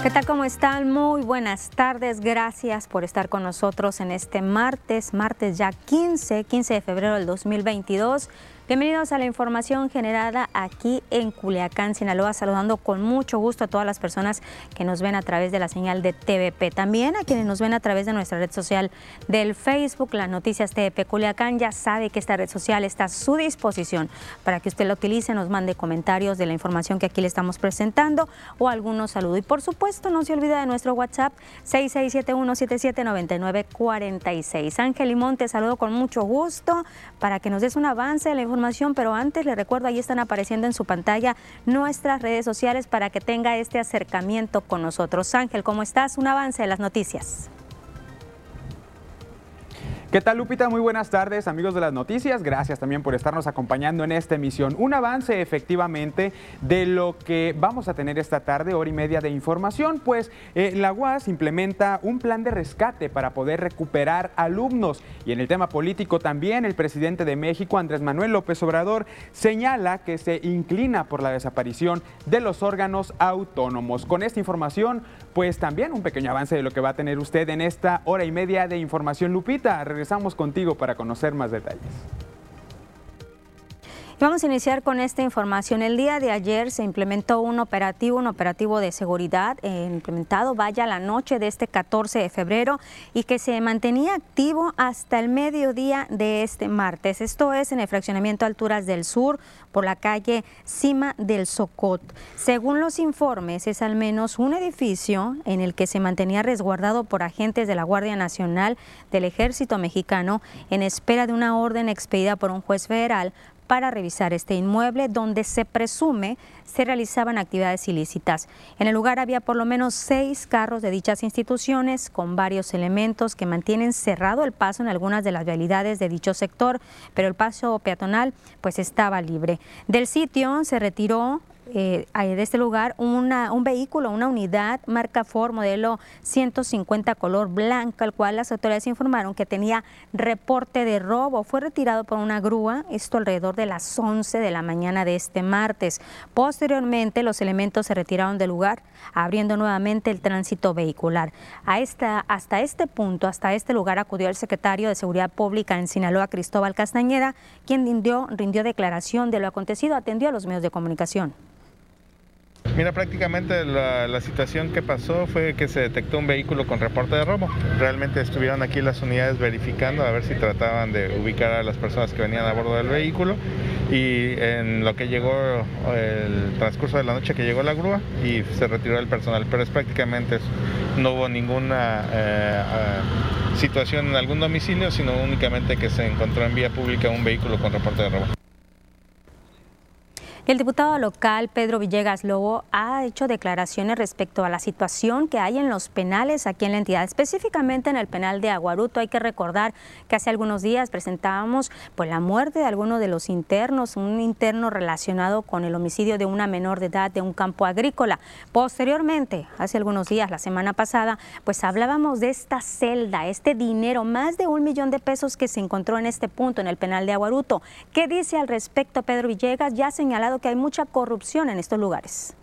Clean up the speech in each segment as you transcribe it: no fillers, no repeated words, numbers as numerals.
¿Qué tal? ¿Cómo están? Muy buenas tardes. Gracias por estar con nosotros en este martes ya 15 de febrero del 2022. Bienvenidos a la información generada aquí en Culiacán, Sinaloa, saludando con mucho gusto a todas las personas que nos ven a través de la señal de TVP. También a quienes nos ven a través de nuestra red social del Facebook, las noticias TVP Culiacán. Ya sabe que esta red social está a su disposición para que usted la utilice, nos mande comentarios de la información que aquí le estamos presentando o algunos saludos. Y por supuesto, no se olvide de nuestro WhatsApp 6671779946. Ángel Limón, te saludo con mucho gusto para que nos des un avance de la información, pero antes le recuerdo, ahí están apareciendo en su pantalla nuestras redes sociales para que tenga este acercamiento con nosotros. Ángel, ¿cómo estás? Un avance de las noticias. ¿Qué tal, Lupita? Muy buenas tardes, amigos de las noticias. Gracias también por estarnos acompañando en esta emisión. Un avance efectivamente de lo que vamos a tener esta tarde, hora y media de información, pues la UAS implementa un plan de rescate para poder recuperar alumnos. Y en el tema político también, el presidente de México, Andrés Manuel López Obrador, señala que se inclina por la desaparición de los órganos autónomos. Con esta información, pues también un pequeño avance de lo que va a tener usted en esta hora y media de información, Lupita. Regresamos contigo para conocer más detalles. Vamos a iniciar con esta información. El día de ayer se implementó un operativo de seguridad implementado la noche de este 14 de febrero y que se mantenía activo hasta el mediodía de este martes. Esto es en el fraccionamiento Alturas del Sur por la calle Cima del Socot. Según los informes, es al menos un edificio en el que se mantenía resguardado por agentes de la Guardia Nacional del Ejército Mexicano en espera de una orden expedida por un juez federal para revisar este inmueble donde se presume se realizaban actividades ilícitas. En el lugar había por lo menos 6 carros de dichas instituciones con varios elementos que mantienen cerrado el paso en algunas de las vialidades de dicho sector, pero el paso peatonal pues estaba libre. Del sitio se retiró de este lugar un vehículo, una unidad marca Ford modelo 150 color blanca, al cual las autoridades informaron que tenía reporte de robo. Fue retirado por una grúa, esto alrededor de las 11 de la mañana de este martes. Posteriormente, los elementos se retiraron del lugar, abriendo nuevamente el tránsito vehicular. Hasta este lugar acudió el secretario de Seguridad Pública en Sinaloa, Cristóbal Castañeda, quien rindió declaración de lo acontecido, atendió a los medios de comunicación. Mira, prácticamente la situación que pasó fue que se detectó un vehículo con reporte de robo. Realmente estuvieron aquí las unidades verificando a ver si trataban de ubicar a las personas que venían a bordo del vehículo, y en lo que llegó el transcurso de la noche que llegó la grúa y se retiró el personal, pero es prácticamente eso. No hubo ninguna situación en algún domicilio, sino únicamente que se encontró en vía pública un vehículo con reporte de robo. El diputado local Pedro Villegas Lobo ha hecho declaraciones respecto a la situación que hay en los penales aquí en la entidad, específicamente en el penal de Aguaruto. Hay que recordar que hace algunos días presentábamos la muerte de alguno de los internos, un interno relacionado con el homicidio de una menor de edad de un campo agrícola. Posteriormente, hace algunos días, la semana pasada, pues hablábamos de esta celda, este dinero, más de $1 millón de pesos que se encontró en este punto en el penal de Aguaruto. ¿Qué dice al respecto Pedro Villegas? Ya ha señalado que hay mucha corrupción en estos lugares.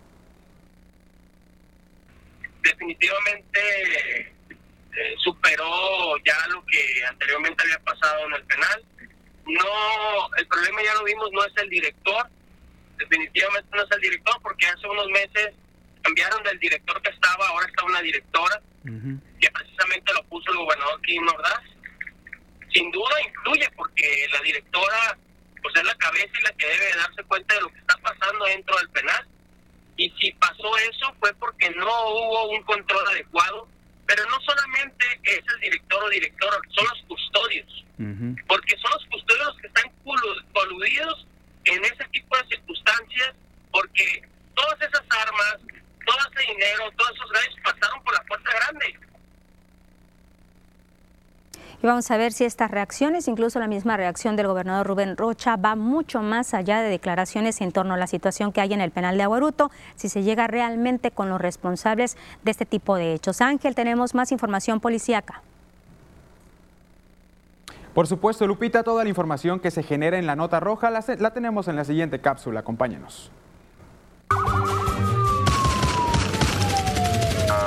Definitivamente superó ya lo que anteriormente había pasado en el penal. No, el problema ya lo vimos, no es el director, definitivamente no es el director, porque hace unos meses cambiaron del director que estaba, ahora está una directora, que precisamente lo puso el gobernador Kim Ordaz. Sin duda influye, porque la directora pues es la cabeza y la que debe darse cuenta de lo que está pasando dentro del penal. Y si pasó eso fue porque no hubo un control adecuado, pero no solamente es el director o directora, son los custodios, porque son los custodios los que están coludidos en ese tipo de circunstancias, porque todas esas armas, todo ese dinero, todos esos gallos pasaron por la puerta grande. Y vamos a ver si estas reacciones, incluso la misma reacción del gobernador Rubén Rocha, va mucho más allá de declaraciones en torno a la situación que hay en el penal de Aguaruto, si se llega realmente con los responsables de este tipo de hechos. Ángel, tenemos más información policíaca. Por supuesto, Lupita, toda la información que se genera en la nota roja la tenemos en la siguiente cápsula. Acompáñenos.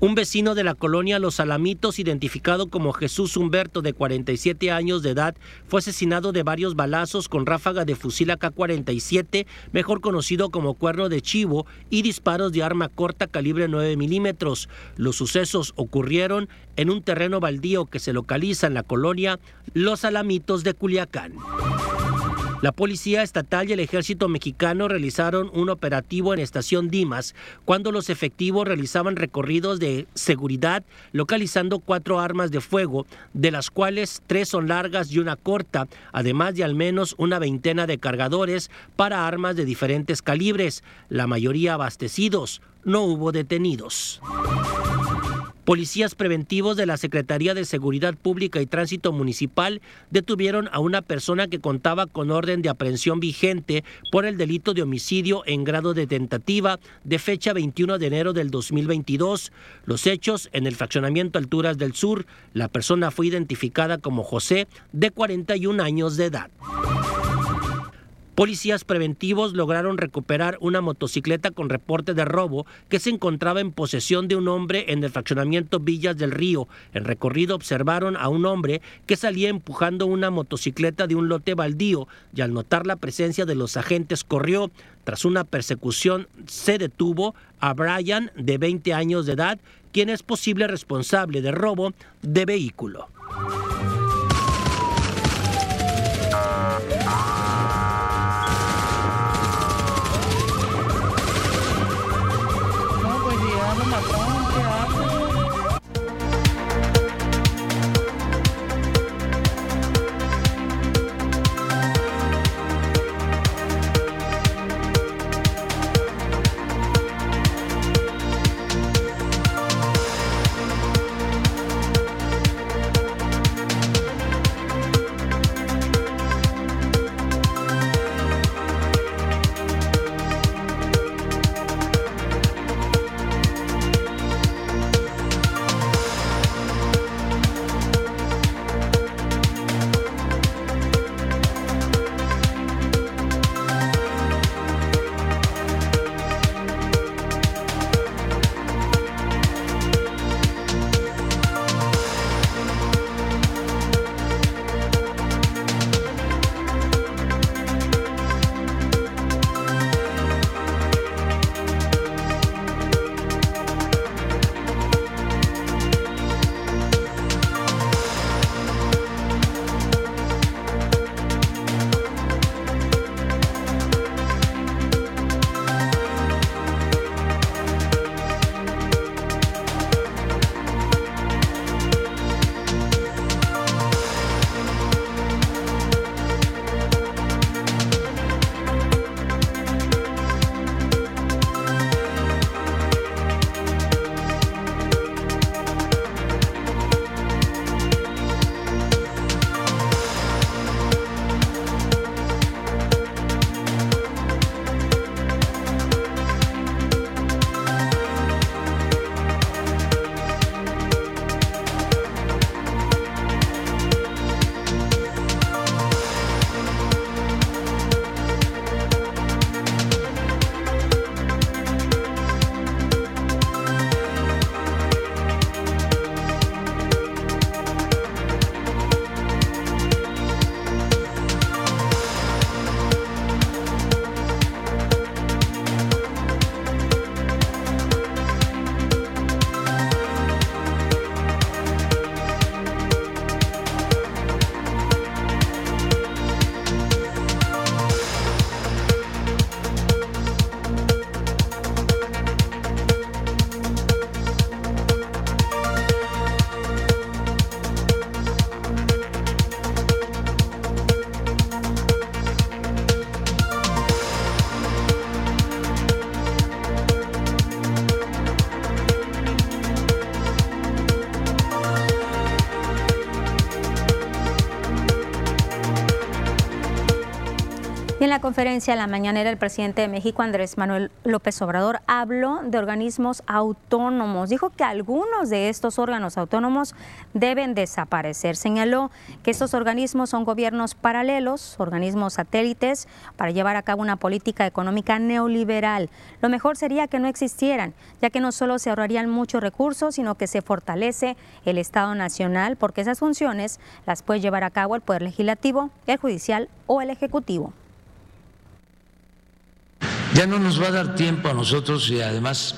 Un vecino de la colonia Los Alamitos, identificado como Jesús Humberto, de 47 años de edad, fue asesinado de varios balazos con ráfaga de fusil AK-47, mejor conocido como cuerno de chivo, y disparos de arma corta calibre 9 milímetros. Los sucesos ocurrieron en un terreno baldío que se localiza en la colonia Los Alamitos de Culiacán. La Policía Estatal y el Ejército Mexicano realizaron un operativo en Estación Dimas cuando los efectivos realizaban recorridos de seguridad localizando 4 armas de fuego, de las cuales 3 son largas y una corta, además de al menos una veintena de cargadores para armas de diferentes calibres, la mayoría abastecidos. No hubo detenidos. Policías preventivos de la Secretaría de Seguridad Pública y Tránsito Municipal detuvieron a una persona que contaba con orden de aprehensión vigente por el delito de homicidio en grado de tentativa de fecha 21 de enero del 2022. Los hechos en el fraccionamiento Alturas del Sur. La persona fue identificada como José, de 41 años de edad. Policías preventivos lograron recuperar una motocicleta con reporte de robo que se encontraba en posesión de un hombre en el fraccionamiento Villas del Río. En recorrido observaron a un hombre que salía empujando una motocicleta de un lote baldío y al notar la presencia de los agentes corrió. Tras una persecución se detuvo a Brian, de 20 años de edad, quien es posible responsable de robo de vehículo. En la conferencia de la mañanera, el presidente de México, Andrés Manuel López Obrador, habló de organismos autónomos. Dijo que algunos de estos órganos autónomos deben desaparecer. Señaló que estos organismos son gobiernos paralelos, organismos satélites, para llevar a cabo una política económica neoliberal. Lo mejor sería que no existieran, ya que no solo se ahorrarían muchos recursos, sino que se fortalece el Estado Nacional, porque esas funciones las puede llevar a cabo el Poder Legislativo, el Judicial o el Ejecutivo. Ya no nos va a dar tiempo a nosotros y además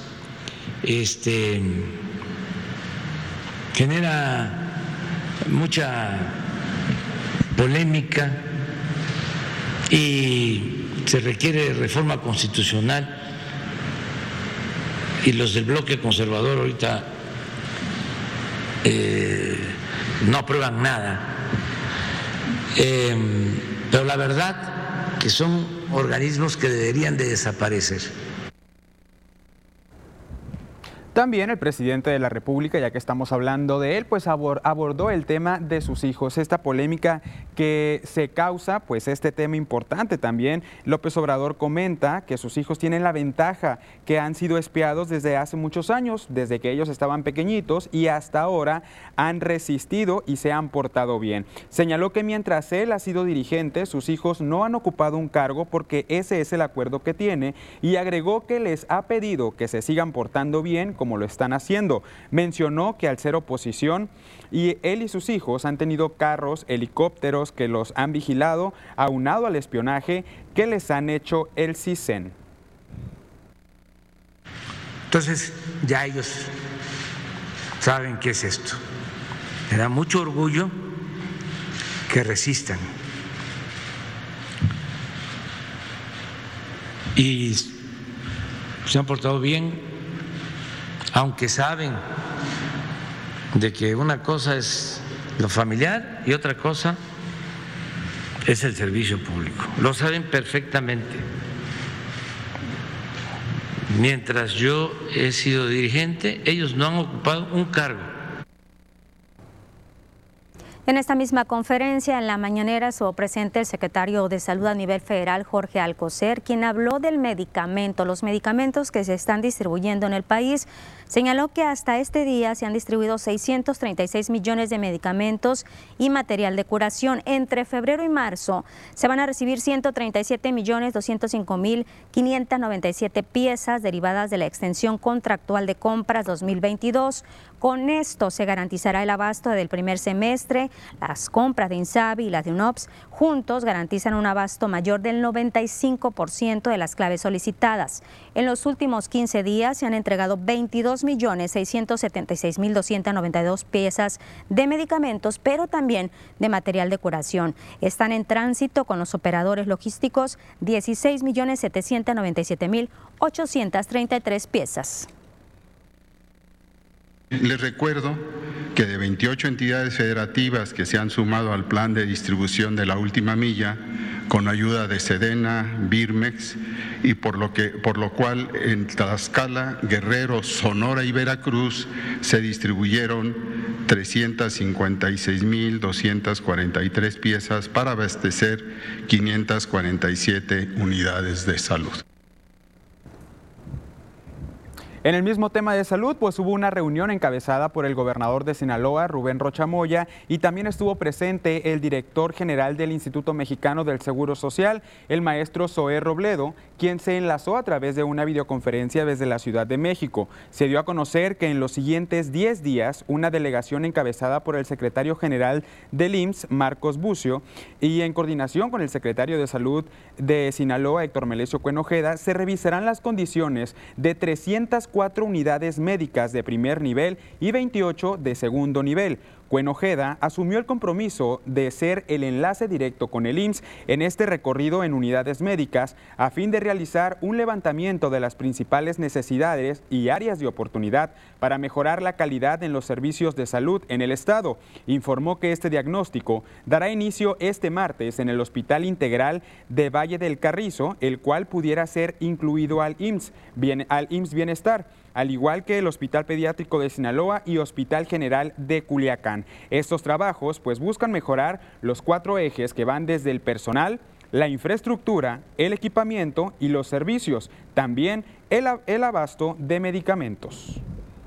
genera mucha polémica y se requiere reforma constitucional y los del bloque conservador ahorita no aprueban nada, pero la verdad que son organismos que deberían de desaparecer. También el presidente de la República, ya que estamos hablando de él, pues abordó el tema de sus hijos, esta polémica que se causa, pues este tema importante también. López Obrador comenta que sus hijos tienen la ventaja, que han sido espiados desde hace muchos años, desde que ellos estaban pequeñitos y hasta ahora han resistido y se han portado bien. Señaló que mientras él ha sido dirigente, sus hijos no han ocupado un cargo porque ese es el acuerdo que tiene, y agregó que les ha pedido que se sigan portando bien como lo están haciendo. Mencionó que al ser oposición, y él y sus hijos han tenido carros, helicópteros que los han vigilado, aunado al espionaje que les han hecho el CISEN. Entonces ya ellos saben qué es esto. Me da mucho orgullo que resistan y se han portado bien, aunque saben de que una cosa es lo familiar y otra cosa es el servicio público. Lo saben perfectamente. Mientras yo he sido dirigente, ellos no han ocupado un cargo. En esta misma conferencia, en la mañanera, estuvo presente el secretario de Salud a nivel federal, Jorge Alcocer, quien habló del medicamento, los medicamentos que se están distribuyendo en el país. Señaló que hasta este día se han distribuido 636 millones de medicamentos y material de curación. Entre febrero y marzo se van a recibir 137.205.597 piezas derivadas de la extensión contractual de compras 2022. Con esto se garantizará el abasto del primer semestre. Las compras de INSABI y las de UNOPS juntos garantizan un abasto mayor del 95% de las claves solicitadas. En los últimos 15 días se han entregado 22.676.292 piezas de medicamentos, pero también de material de curación. Están en tránsito con los operadores logísticos 16.077.833 piezas. Les recuerdo que de 28 entidades federativas que se han sumado al plan de distribución de la última milla, con ayuda de Sedena, Birmex, y por lo cual en Tlaxcala, Guerrero, Sonora y Veracruz se distribuyeron 356.243 piezas para abastecer 547 unidades de salud. En el mismo tema de salud, pues hubo una reunión encabezada por el gobernador de Sinaloa, Rubén Rocha Moya, y también estuvo presente el director general del Instituto Mexicano del Seguro Social, el maestro Zoé Robledo, quien se enlazó a través de una videoconferencia desde la Ciudad de México. Se dio a conocer que en los siguientes 10 días, una delegación encabezada por el secretario general del IMSS, Marcos Bucio, y en coordinación con el secretario de Salud de Sinaloa, Héctor Melesio Cuenojeda, se revisarán las condiciones de 304 unidades médicas de primer nivel y 28 de segundo nivel. Cuenojeda asumió el compromiso de ser el enlace directo con el IMSS en este recorrido en unidades médicas a fin de realizar un levantamiento de las principales necesidades y áreas de oportunidad para mejorar la calidad en los servicios de salud en el estado. Informó que este diagnóstico dará inicio este martes en el Hospital Integral de Valle del Carrizo, el cual pudiera ser incluido al IMSS Bienestar, al igual que el Hospital Pediátrico de Sinaloa y Hospital General de Culiacán. Estos trabajos pues buscan mejorar los 4 ejes que van desde el personal la infraestructura, el equipamiento y los servicios, también el abasto de medicamentos.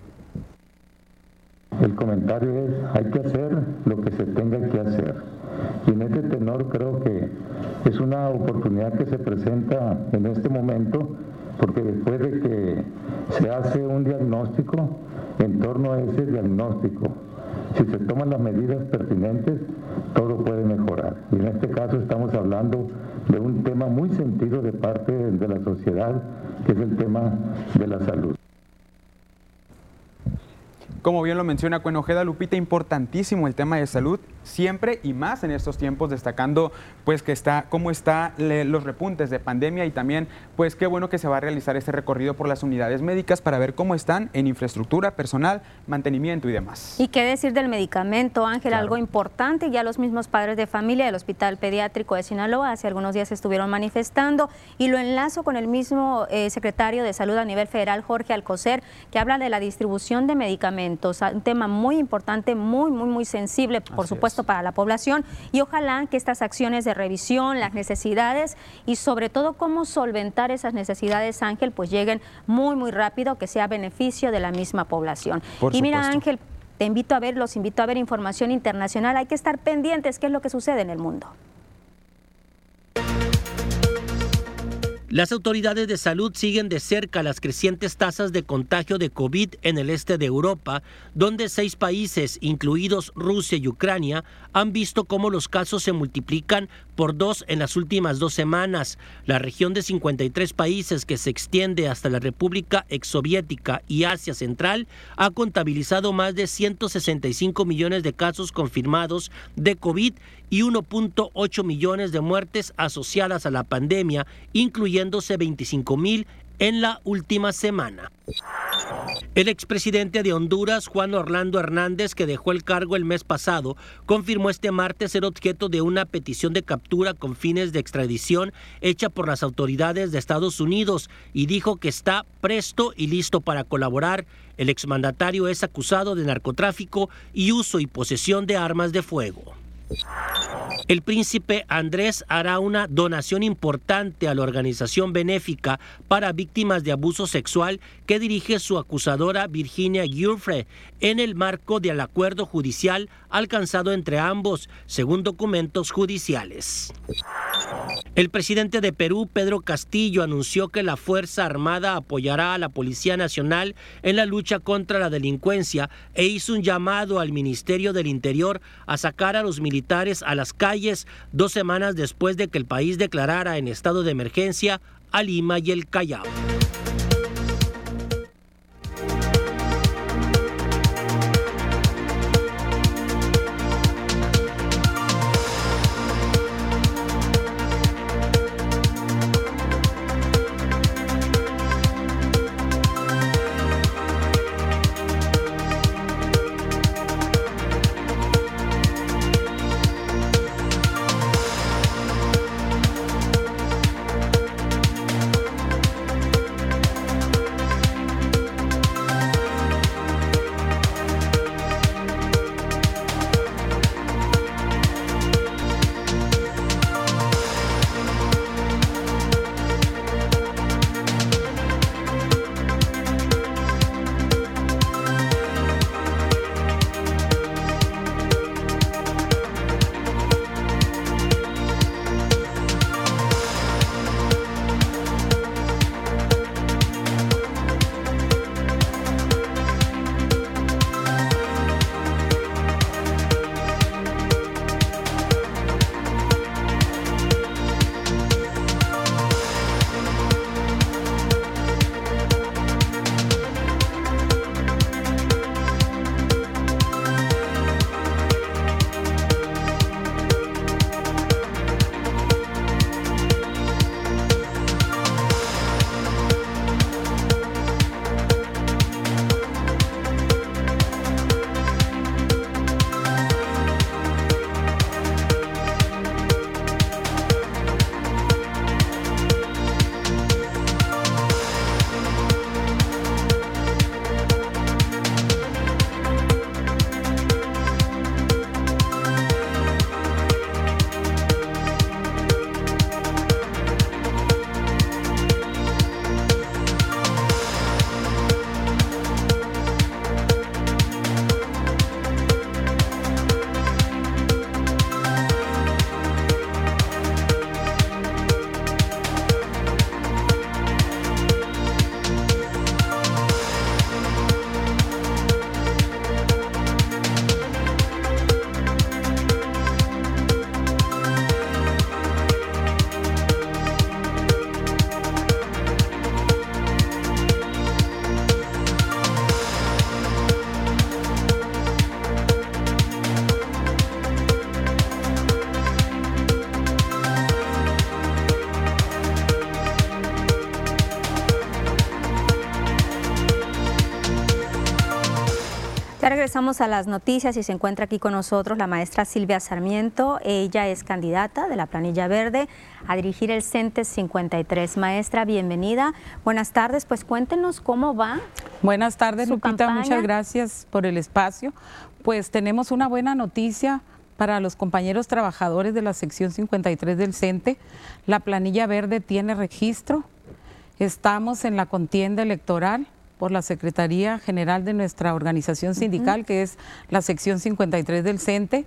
El comentario es, hay que hacer lo que se tenga que hacer. Y en este tenor creo que es una oportunidad que se presenta en este momento, porque después de que se hace un diagnóstico, en torno a ese diagnóstico, si se toman las medidas pertinentes, todo puede mejorar. Y en este caso estamos hablando de un tema muy sentido de parte de la sociedad, que es el tema de la salud. Como bien lo menciona Cuen Ojeda, Lupita, importantísimo el tema de salud, siempre y más en estos tiempos, destacando pues que cómo están los repuntes de pandemia y también pues qué bueno que se va a realizar este recorrido por las unidades médicas para ver cómo están en infraestructura, personal, mantenimiento y demás. Y qué decir del medicamento, Ángel, Claro. algo importante, ya los mismos padres de familia del Hospital Pediátrico de Sinaloa hace algunos días estuvieron manifestando, y lo enlazo con el mismo secretario de Salud a nivel federal, Jorge Alcocer, que habla de la distribución de medicamentos, un tema muy importante, muy sensible, por Así supuesto, para la población, y ojalá que estas acciones de revisión, las necesidades y sobre todo cómo solventar esas necesidades, Ángel, pues lleguen muy rápido, que sea a beneficio de la misma población. Por y mira, supuesto. Ángel, los invito a ver información internacional, hay que estar pendientes, qué es lo que sucede en el mundo. Las autoridades de salud siguen de cerca las crecientes tasas de contagio de COVID en el este de Europa, donde 6 países, incluidos Rusia y Ucrania, han visto cómo los casos se multiplican por 2 en las últimas 2 semanas. La región de 53 países, que se extiende hasta la República Exsoviética y Asia Central, ha contabilizado más de 165 millones de casos confirmados de COVID y 1.8 millones de muertes asociadas a la pandemia, incluyéndose 25,000 en la última semana. El expresidente de Honduras, Juan Orlando Hernández, que dejó el cargo el mes pasado, confirmó este martes ser objeto de una petición de captura con fines de extradición hecha por las autoridades de Estados Unidos, y dijo que está presto y listo para colaborar. El exmandatario es acusado de narcotráfico y uso y posesión de armas de fuego. El príncipe Andrés hará una donación importante a la organización benéfica para víctimas de abuso sexual que dirige su acusadora Virginia Giuffre, en el marco del acuerdo judicial alcanzado entre ambos, según documentos judiciales. El presidente de Perú, Pedro Castillo, anunció que la Fuerza Armada apoyará a la Policía Nacional en la lucha contra la delincuencia e hizo un llamado al Ministerio del Interior a sacar a los militares a las calles 2 semanas después de que el país declarara en estado de emergencia a Lima y el Callao. Ya regresamos a las noticias y se encuentra aquí con nosotros la maestra Silvia Sarmiento. Ella es candidata de la Planilla Verde a dirigir el CENTES 53. Maestra, bienvenida. Buenas tardes, pues cuéntenos cómo va. Buenas tardes, Lupita, campaña. muchas gracias por el espacio. Pues tenemos una buena noticia para los compañeros trabajadores de la sección 53 del CENTE. La Planilla Verde tiene registro. Estamos en la contienda electoral por la Secretaría General de nuestra organización sindical, que es la sección 53 del CENTE,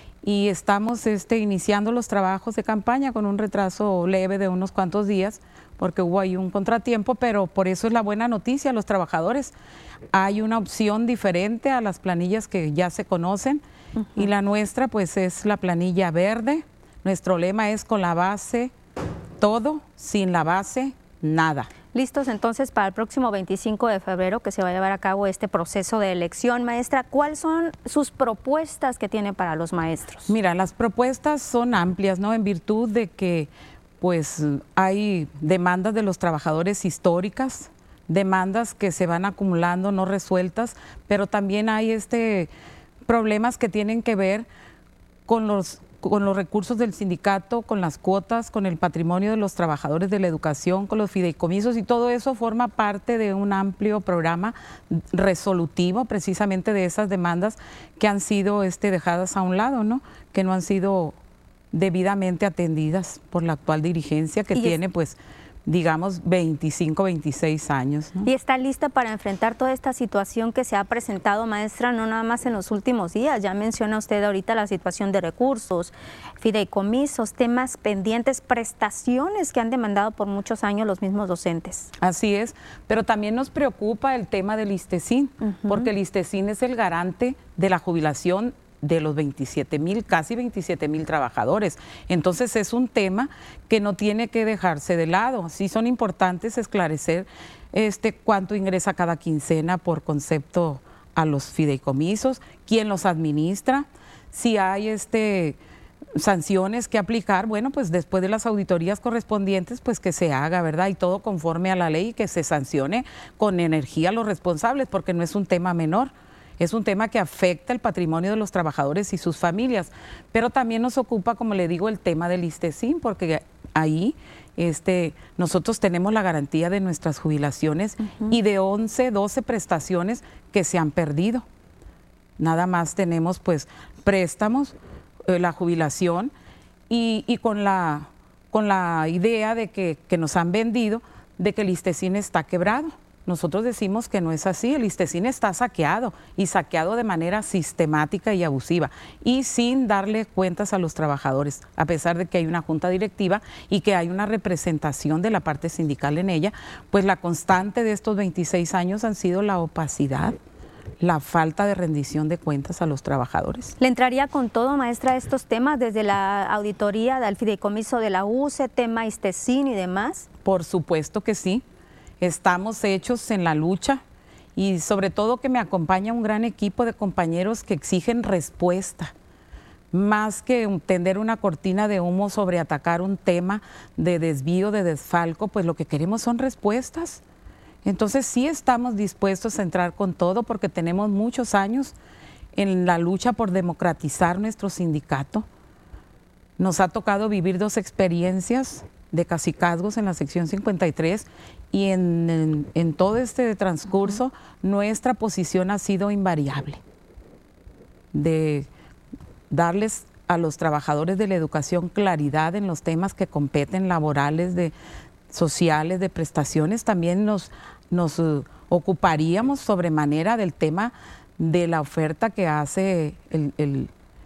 y estamos iniciando los trabajos de campaña con un retraso leve de unos cuantos días, porque hubo ahí un contratiempo, pero por eso es la buena noticia a los trabajadores. Hay una opción diferente a las planillas que ya se conocen, y la nuestra pues es la Planilla Verde. Nuestro lema es: con la base todo, sin la base nada. Listos entonces para el próximo 25 de febrero que se va a llevar a cabo este proceso de elección. Maestra, ¿cuáles son sus propuestas que tiene para los maestros? Mira, las propuestas son amplias, ¿no? En virtud de que pues hay demandas de los trabajadores históricas, demandas que se van acumulando no resueltas, pero también hay problemas que tienen que ver con los recursos del sindicato, con las cuotas, con el patrimonio de los trabajadores de la educación, con los fideicomisos, y todo eso forma parte de un amplio programa resolutivo precisamente de esas demandas que han sido dejadas a un lado, ¿no? Que no han sido debidamente atendidas por la actual dirigencia, que tiene pues digamos 25, 26 años, ¿no? ¿Y está lista para enfrentar toda esta situación que se ha presentado, maestra, no nada más en los últimos días? Ya menciona usted ahorita la situación de recursos, fideicomisos, temas pendientes, prestaciones que han demandado por muchos años los mismos docentes. Así es, pero también nos preocupa el tema del ISSSTECIN, porque el ISSSTECIN es el garante de la jubilación de los 27,000, casi 27,000 trabajadores. Entonces es un tema que no tiene que dejarse de lado. Sí son importantes esclarecer cuánto ingresa cada quincena por concepto a los fideicomisos, quién los administra, si hay sanciones que aplicar, bueno, pues después de las auditorías correspondientes, pues que se haga, ¿verdad? Y todo conforme a la ley, y que se sancione con energía a los responsables, porque no es un tema menor. Es un tema que afecta el patrimonio de los trabajadores y sus familias, pero también nos ocupa, como le digo, el tema del ISSSTECIN, porque ahí nosotros tenemos la garantía de nuestras jubilaciones y de 11, 12 prestaciones que se han perdido. Nada más tenemos pues préstamos, la jubilación y con la idea de que nos han vendido de que el ISSSTECIN está quebrado. Nosotros decimos que no es así, el ISSSTECIN está saqueado, y saqueado de manera sistemática y abusiva y sin darle cuentas a los trabajadores, a pesar de que hay una junta directiva y que hay una representación de la parte sindical en ella. Pues la constante de estos 26 años han sido la opacidad, la falta de rendición de cuentas a los trabajadores. ¿Le entraría con todo, maestra, estos temas desde la auditoría del fideicomiso de la UCE, tema ISSSTECIN y demás? Por supuesto que sí. Estamos hechos en la lucha, y sobre todo que me acompaña un gran equipo de compañeros que exigen respuesta, más que tender una cortina de humo sobre atacar un tema de desvío, de desfalco. Pues lo que queremos son respuestas. Entonces sí estamos dispuestos a entrar con todo, porque tenemos muchos años en la lucha por democratizar nuestro sindicato. Nos ha tocado vivir 2 experiencias de cacicazgos en la sección 53, y en todo este transcurso nuestra posición ha sido invariable, de darles a los trabajadores de la educación claridad en los temas que competen, laborales, sociales, de prestaciones. También nos ocuparíamos sobremanera del tema de la oferta que hace el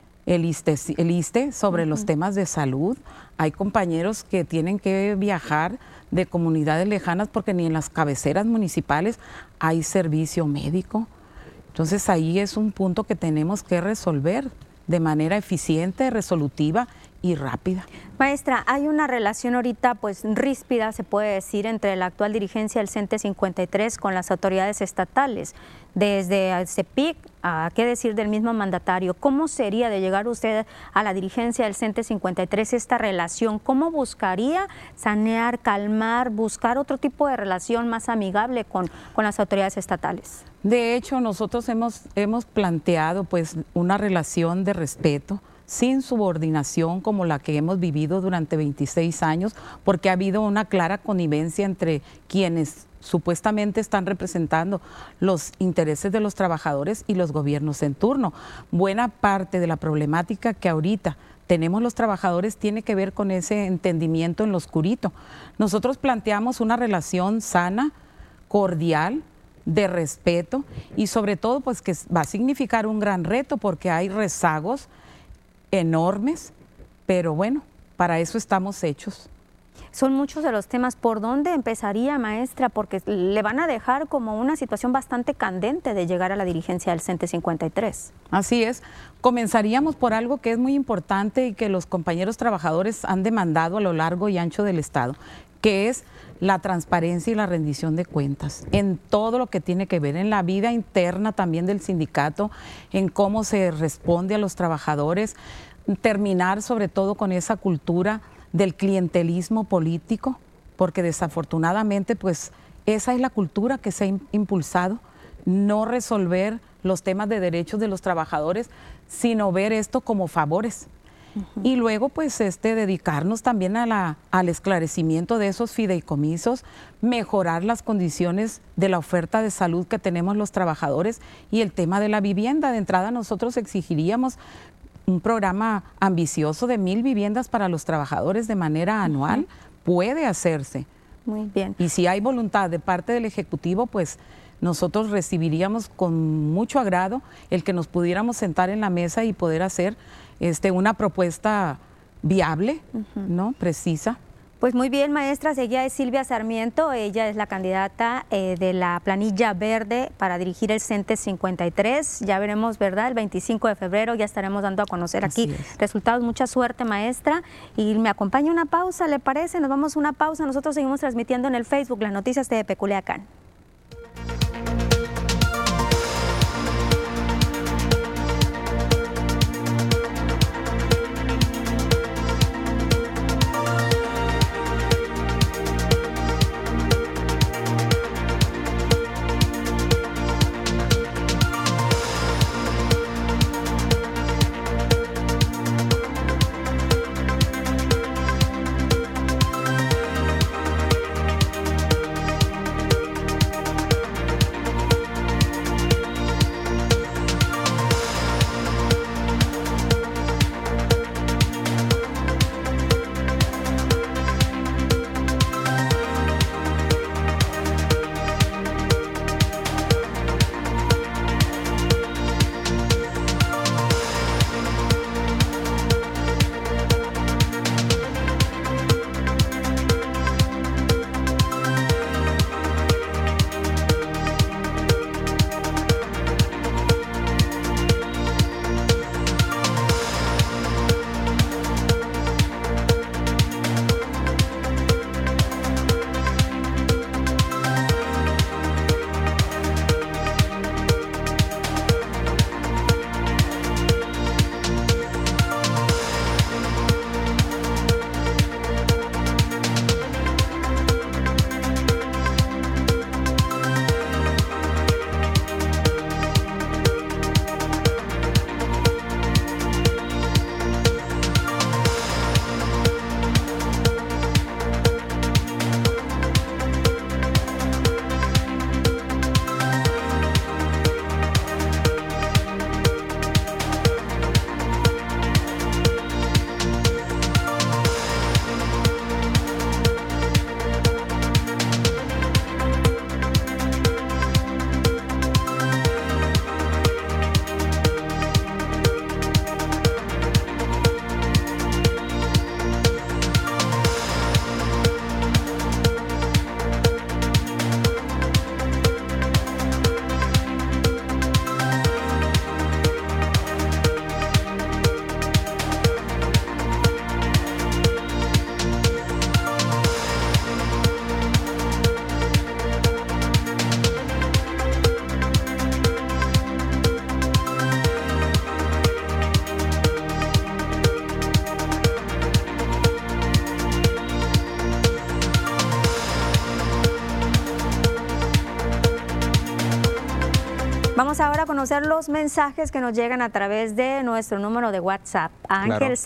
ISSSTE sobre los temas de salud. Hay compañeros que tienen que viajar de comunidades lejanas porque ni en las cabeceras municipales hay servicio médico. Entonces ahí es un punto que tenemos que resolver de manera eficiente, resolutiva y rápida. Maestra, hay una relación ahorita pues ríspida, se puede decir, entre la actual dirigencia del CENTE 53 con las autoridades estatales, desde el CEPIC qué decir del mismo mandatario, ¿cómo sería de llegar usted a la dirigencia del CENTE 53 esta relación? ¿Cómo buscaría sanear, calmar, buscar otro tipo de relación más amigable con las autoridades estatales? De hecho, nosotros hemos planteado pues una relación de respeto, sin subordinación como la que hemos vivido durante 26 años, porque ha habido una clara connivencia entre quienes supuestamente están representando los intereses de los trabajadores y los gobiernos en turno. Buena parte de la problemática que ahorita tenemos los trabajadores tiene que ver con ese entendimiento en lo oscurito. Nosotros planteamos una relación sana, cordial, de respeto y sobre todo pues que va a significar un gran reto porque hay rezagos enormes, pero bueno, para eso estamos hechos. Son muchos de los temas. ¿Por dónde empezaría, maestra? Porque le van a dejar como una situación bastante candente de llegar a la dirigencia del CENTE 53. Así es. Comenzaríamos por algo que es muy importante y que los compañeros trabajadores han demandado a lo largo y ancho del Estado, que es la transparencia y la rendición de cuentas en todo lo que tiene que ver en la vida interna también del sindicato, en cómo se responde a los trabajadores, terminar sobre todo con esa cultura del clientelismo político, porque desafortunadamente pues esa es la cultura que se ha impulsado, no resolver los temas de derechos de los trabajadores, sino ver esto como favores. Y luego pues dedicarnos también al esclarecimiento de esos fideicomisos, mejorar las condiciones de la oferta de salud que tenemos los trabajadores y el tema de la vivienda. De entrada nosotros exigiríamos un programa ambicioso de 1,000 viviendas para los trabajadores de manera anual. Puede hacerse. Muy bien. Y si hay voluntad de parte del Ejecutivo, pues nosotros recibiríamos con mucho agrado el que nos pudiéramos sentar en la mesa y poder hacer una propuesta viable, ¿no? Precisa. Pues muy bien, maestra. Ella es Silvia Sarmiento, ella es la candidata de la planilla verde para dirigir el CENTE 53. Ya veremos, ¿verdad? El 25 de febrero ya estaremos dando a conocer aquí resultados. Mucha suerte, maestra. Y me acompaña una pausa, ¿le parece? Nos vamos a una pausa. Nosotros seguimos transmitiendo en el Facebook las noticias de Culiacán. a conocer los mensajes que nos llegan a través de nuestro número de WhatsApp, Ángel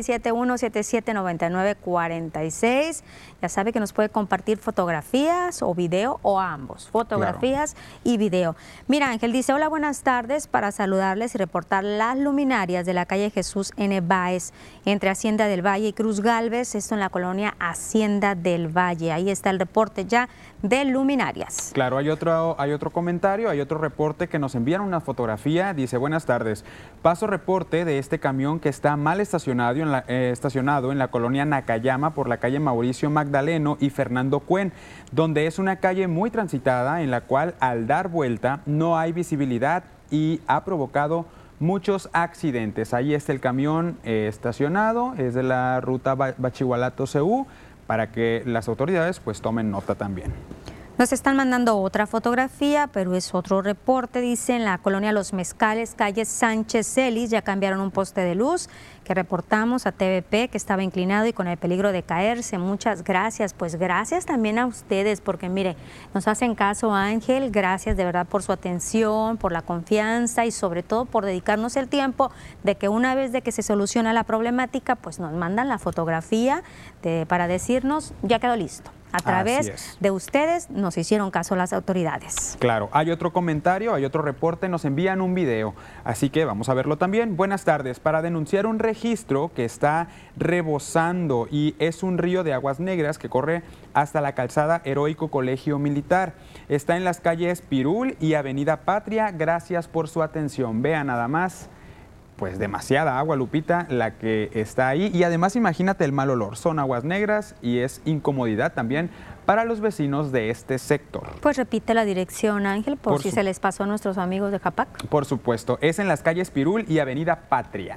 6671-779946. Ya sabe que nos puede compartir fotografías o video o ambos, fotografías y video. Mira, Ángel dice, hola, buenas tardes, para saludarles y reportar las luminarias de la calle Jesús N. Báez, entre Hacienda del Valle y Cruz Gálvez, esto en la colonia Hacienda del Valle. Ahí está el reporte ya de luminarias. Claro, hay otro comentario, hay otro reporte que nos envían una fotografía. Dice, buenas tardes, paso reporte de este camión que está mal estacionado en la colonia Nakayama por la calle Mauricio Magdaleno y Fernando Cuen, donde es una calle muy transitada en la cual al dar vuelta no hay visibilidad y ha provocado muchos accidentes. Ahí está el camión estacionado, es de la ruta Bachihualato-CU, para que las autoridades pues tomen nota también. Nos están mandando otra fotografía, pero es otro reporte. Dice, en la colonia Los Mezcales, calle Sánchez Celis, ya cambiaron un poste de luz que reportamos a TVP que estaba inclinado y con el peligro de caerse. Muchas gracias. Pues gracias también a ustedes, porque mire, nos hacen caso, Ángel. Gracias de verdad por su atención, por la confianza y sobre todo por dedicarnos el tiempo de que una vez de que se soluciona la problemática, pues nos mandan la fotografía para decirnos, ya quedó listo. A través de ustedes nos hicieron caso las autoridades. Claro, hay otro comentario, hay otro reporte, nos envían un video, así que vamos a verlo también. Buenas tardes, para denunciar un registro que está rebosando y es un río de aguas negras que corre hasta la calzada Heroico Colegio Militar. Está en las calles Pirul y Avenida Patria. Gracias por su atención. Vean nada más. Pues demasiada agua, Lupita, la que está ahí. Y además imagínate el mal olor. Son aguas negras y es incomodidad también para los vecinos de este sector. Pues repite la dirección, Ángel, por si se les pasó a nuestros amigos de Japac. Por supuesto, es en las calles Pirul y Avenida Patria.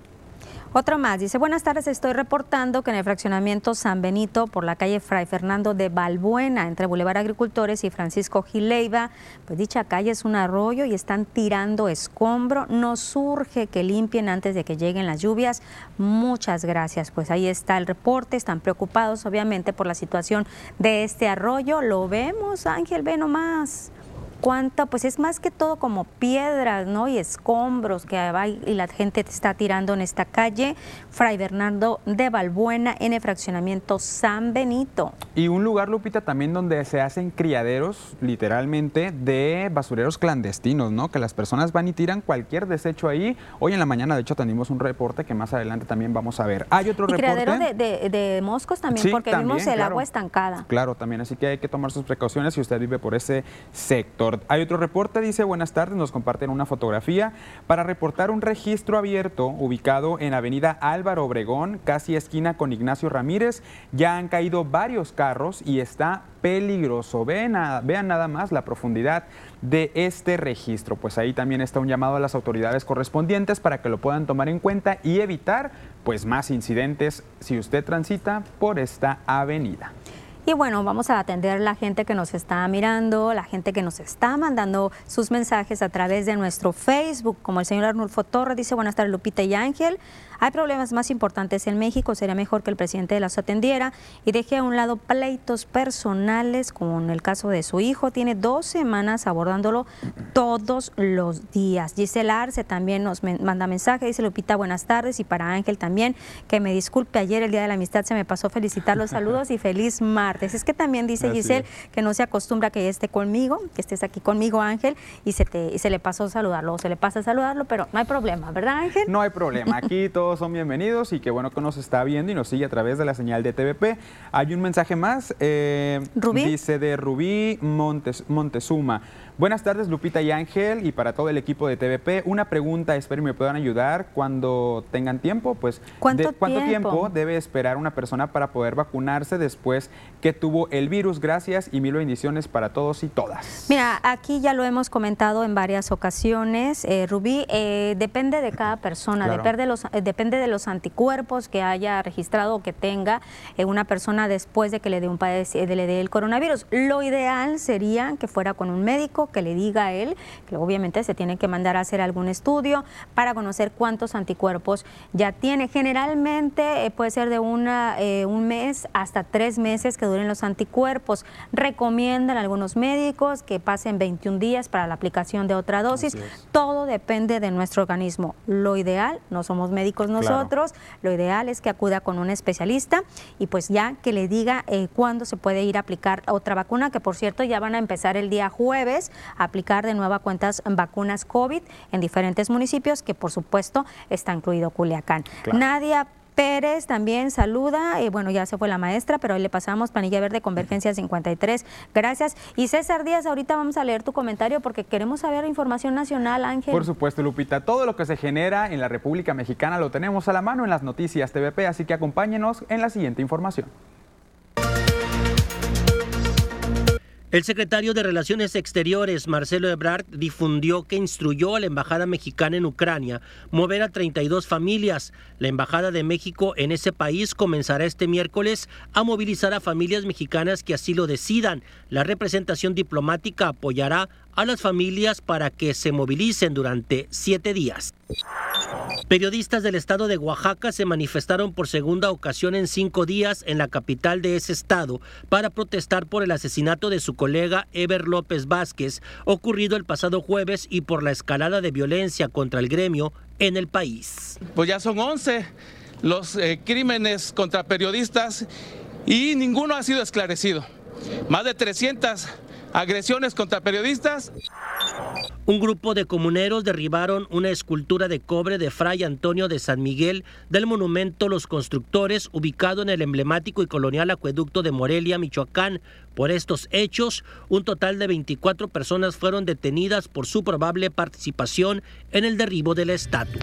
Otro más, dice, buenas tardes, estoy reportando que en el fraccionamiento San Benito, por la calle Fray Fernando de Balbuena, entre Boulevard Agricultores y Francisco Gil Leiva, pues dicha calle es un arroyo y están tirando escombro. Nos urge que limpien antes de que lleguen las lluvias. Muchas gracias. Pues ahí está el reporte, están preocupados obviamente por la situación de este arroyo. Lo vemos, Ángel, ve nomás. Cuánto, pues es más que todo como piedras, ¿no? Y escombros que hay y la gente está tirando en esta calle Fray Bernardo de Balbuena en el fraccionamiento San Benito. Y un lugar, Lupita, también donde se hacen criaderos, literalmente, de basureros clandestinos, ¿no? Que las personas van y tiran cualquier desecho ahí. Hoy en la mañana, de hecho, tenemos un reporte que más adelante también vamos a ver. Hay otro reporte. Criaderos de moscos también, sí, porque también, vimos el agua estancada. Claro, también, así que hay que tomar sus precauciones si usted vive por ese sector. Hay otro reporte, dice, buenas tardes, nos comparten una fotografía para reportar un registro abierto ubicado en Avenida Álvaro Obregón, casi esquina con Ignacio Ramírez. Ya han caído varios carros y está peligroso. Vean nada más la profundidad de este registro. Pues ahí también está un llamado a las autoridades correspondientes para que lo puedan tomar en cuenta y evitar pues más incidentes si usted transita por esta avenida. Y bueno, vamos a atender a la gente que nos está mirando, la gente que nos está mandando sus mensajes a través de nuestro Facebook, como el señor Arnulfo Torres dice, buenas tardes Lupita y Ángel. Hay problemas más importantes en México, sería mejor que el presidente los atendiera y deje a un lado pleitos personales, como en el caso de su hijo. Tiene 2 semanas abordándolo todos los días. Giselle Arce también nos manda mensaje, dice Lupita, buenas tardes, y para Ángel también, que me disculpe, ayer el Día de la Amistad se me pasó felicitar los saludos y feliz martes. Es que también dice Giselle que no se acostumbra que ella esté conmigo, que estés aquí conmigo, Ángel, y se le pasó saludarlo, o se le pasa saludarlo, pero no hay problema, ¿verdad, Ángel? No hay problema, aquí todos son bienvenidos y qué bueno que nos está viendo y nos sigue a través de la señal de TVP. Hay un mensaje más, ¿Rubí? Dice de Rubí Montezuma. Buenas tardes Lupita y Ángel y para todo el equipo de TVP. Una pregunta, espero me puedan ayudar cuando tengan tiempo. Pues, ¿Cuánto tiempo debe esperar una persona para poder vacunarse después que tuvo el virus? Gracias y mil bendiciones para todos y todas. Mira, aquí ya lo hemos comentado en varias ocasiones, Rubí, depende de cada persona, claro. Depende de los anticuerpos que haya registrado o que tenga una persona después de que le dé el coronavirus. Lo ideal sería que fuera con un médico que le diga a él, que obviamente se tiene que mandar a hacer algún estudio para conocer cuántos anticuerpos ya tiene. Generalmente puede ser de un mes hasta 3 meses que dure maduren los anticuerpos. Recomiendan algunos médicos que pasen 21 días para la aplicación de otra dosis. Todo depende de nuestro organismo. Lo ideal, no somos médicos nosotros, lo ideal es que acuda con un especialista y pues ya que le diga cuándo se puede ir a aplicar otra vacuna, que por cierto ya van a empezar el día jueves a aplicar de nueva cuentas vacunas COVID en diferentes municipios, que por supuesto está incluido Culiacán. Nadia Pérez también saluda, bueno, ya se fue la maestra, pero hoy le pasamos Planilla Verde Convergencia 53, gracias. Y César Díaz, ahorita vamos a leer tu comentario porque queremos saber información nacional, Ángel. Por supuesto, Lupita, todo lo que se genera en la República Mexicana lo tenemos a la mano en las noticias TVP, así que acompáñenos en la siguiente información. El secretario de Relaciones Exteriores, Marcelo Ebrard, difundió que instruyó a la Embajada Mexicana en Ucrania mover a 32 familias. La Embajada de México en ese país comenzará este miércoles a movilizar a familias mexicanas que así lo decidan. La representación diplomática apoyará a las familias para que se movilicen durante 7 días. Periodistas del estado de Oaxaca se manifestaron por segunda ocasión en 5 días en la capital de ese estado para protestar por el asesinato de su colega Eber López Vázquez, ocurrido el pasado jueves, y por la escalada de violencia contra el gremio en el país. Pues ya son 11 los crímenes contra periodistas y ninguno ha sido esclarecido. Más de 300 agresiones contra periodistas. Un grupo de comuneros derribaron una escultura de cobre de Fray Antonio de San Miguel del monumento Los Constructores, ubicado en el emblemático y colonial acueducto de Morelia, Michoacán. Por estos hechos, un total de 24 personas fueron detenidas por su probable participación en el derribo de la estatua.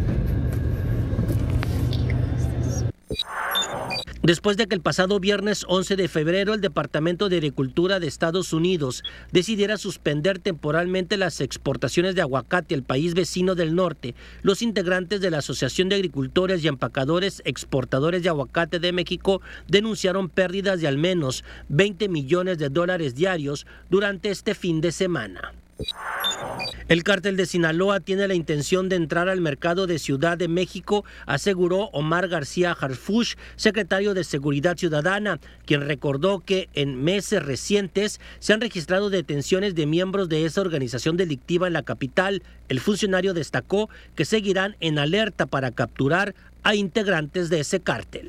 Después de que el pasado viernes 11 de febrero el Departamento de Agricultura de Estados Unidos decidiera suspender temporalmente las exportaciones de aguacate al país vecino del norte, los integrantes de la Asociación de Agricultores y Empacadores Exportadores de Aguacate de México denunciaron pérdidas de al menos $20 millones diarios durante este fin de semana. El cártel de Sinaloa tiene la intención de entrar al mercado de Ciudad de México, aseguró Omar García Harfuch, secretario de Seguridad Ciudadana, quien recordó que en meses recientes se han registrado detenciones de miembros de esa organización delictiva en la capital. El funcionario destacó que seguirán en alerta para capturar a integrantes de ese cártel.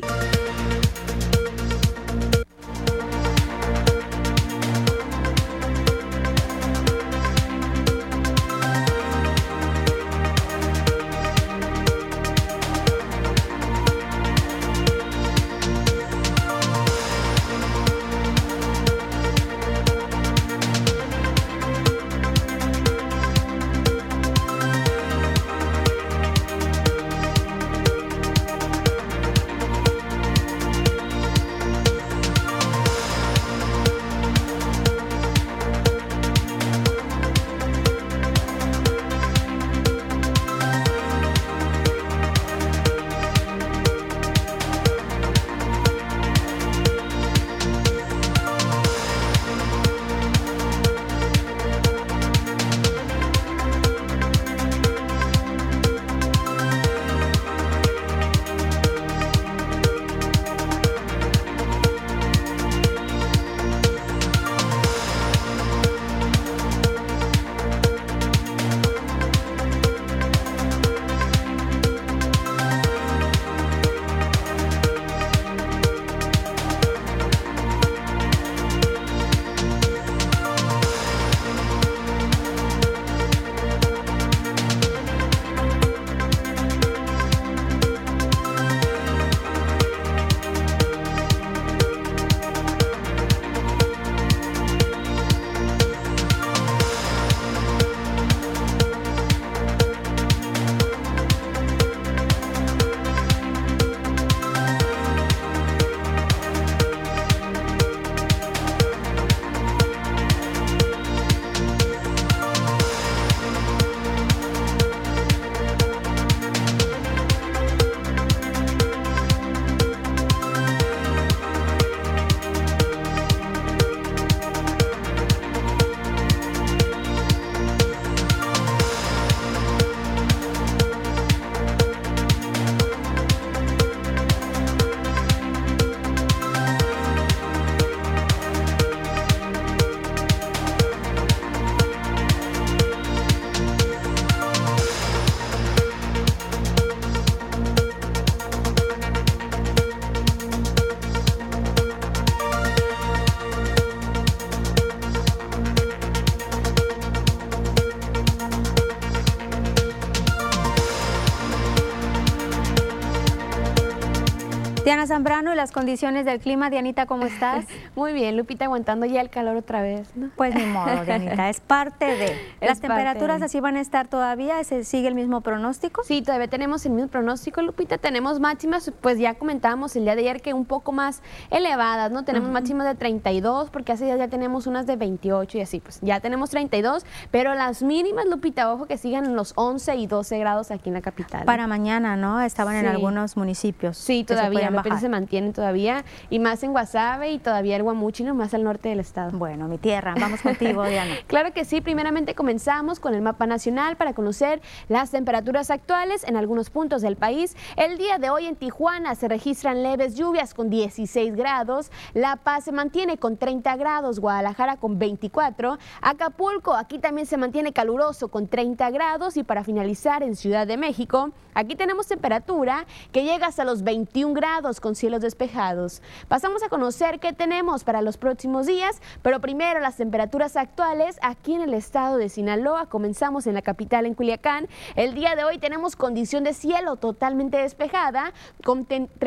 Diana Zambrano, y las condiciones del clima. Dianita, ¿cómo estás? Muy bien, Lupita, aguantando ya el calor otra vez, ¿no? Pues ni modo, Dianita, es parte de... ¿Las temperaturas así van a estar todavía? ¿Se sigue el mismo pronóstico? Sí, todavía tenemos el mismo pronóstico, Lupita. Tenemos máximas, pues ya comentábamos el día de ayer que un poco más elevadas, ¿no? Tenemos máximas de 32, porque hace días ya tenemos unas de 28 y así, pues ya tenemos 32, pero las mínimas, Lupita, ojo que sigan en los 11 y 12 grados aquí en la capital. Para mañana, ¿no? Estaban en algunos municipios. Sí, todavía, se mantienen todavía, y más en Guasave y todavía el Guamúchil, más al norte del estado. Bueno, mi tierra, vamos contigo, Diana. Claro que sí, primeramente comenzamos con el mapa nacional para conocer las temperaturas actuales en algunos puntos del país. El día de hoy en Tijuana se registran leves lluvias con 16 grados, La Paz se mantiene con 30 grados, Guadalajara con 24, Acapulco, aquí también se mantiene caluroso con 30 grados, y para finalizar en Ciudad de México, aquí tenemos temperatura que llega hasta los 21 grados con cielos despejados. Pasamos a conocer qué tenemos para los próximos días, pero primero las temperaturas actuales aquí en el estado de Sinaloa. Comenzamos en la capital, en Culiacán. El día de hoy tenemos condición de cielo totalmente despejada con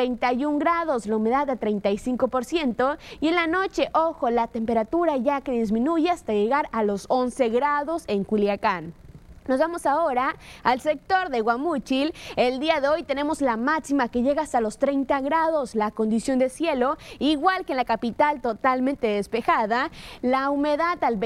31 grados, la humedad de 35%, y en la noche, ojo, la temperatura ya que disminuye hasta llegar a los 11 grados en Culiacán. Nos vamos ahora al sector de Guamúchil. El día de hoy tenemos la máxima que llega hasta los 30 grados, la condición de cielo, igual que en la capital, totalmente despejada, la humedad al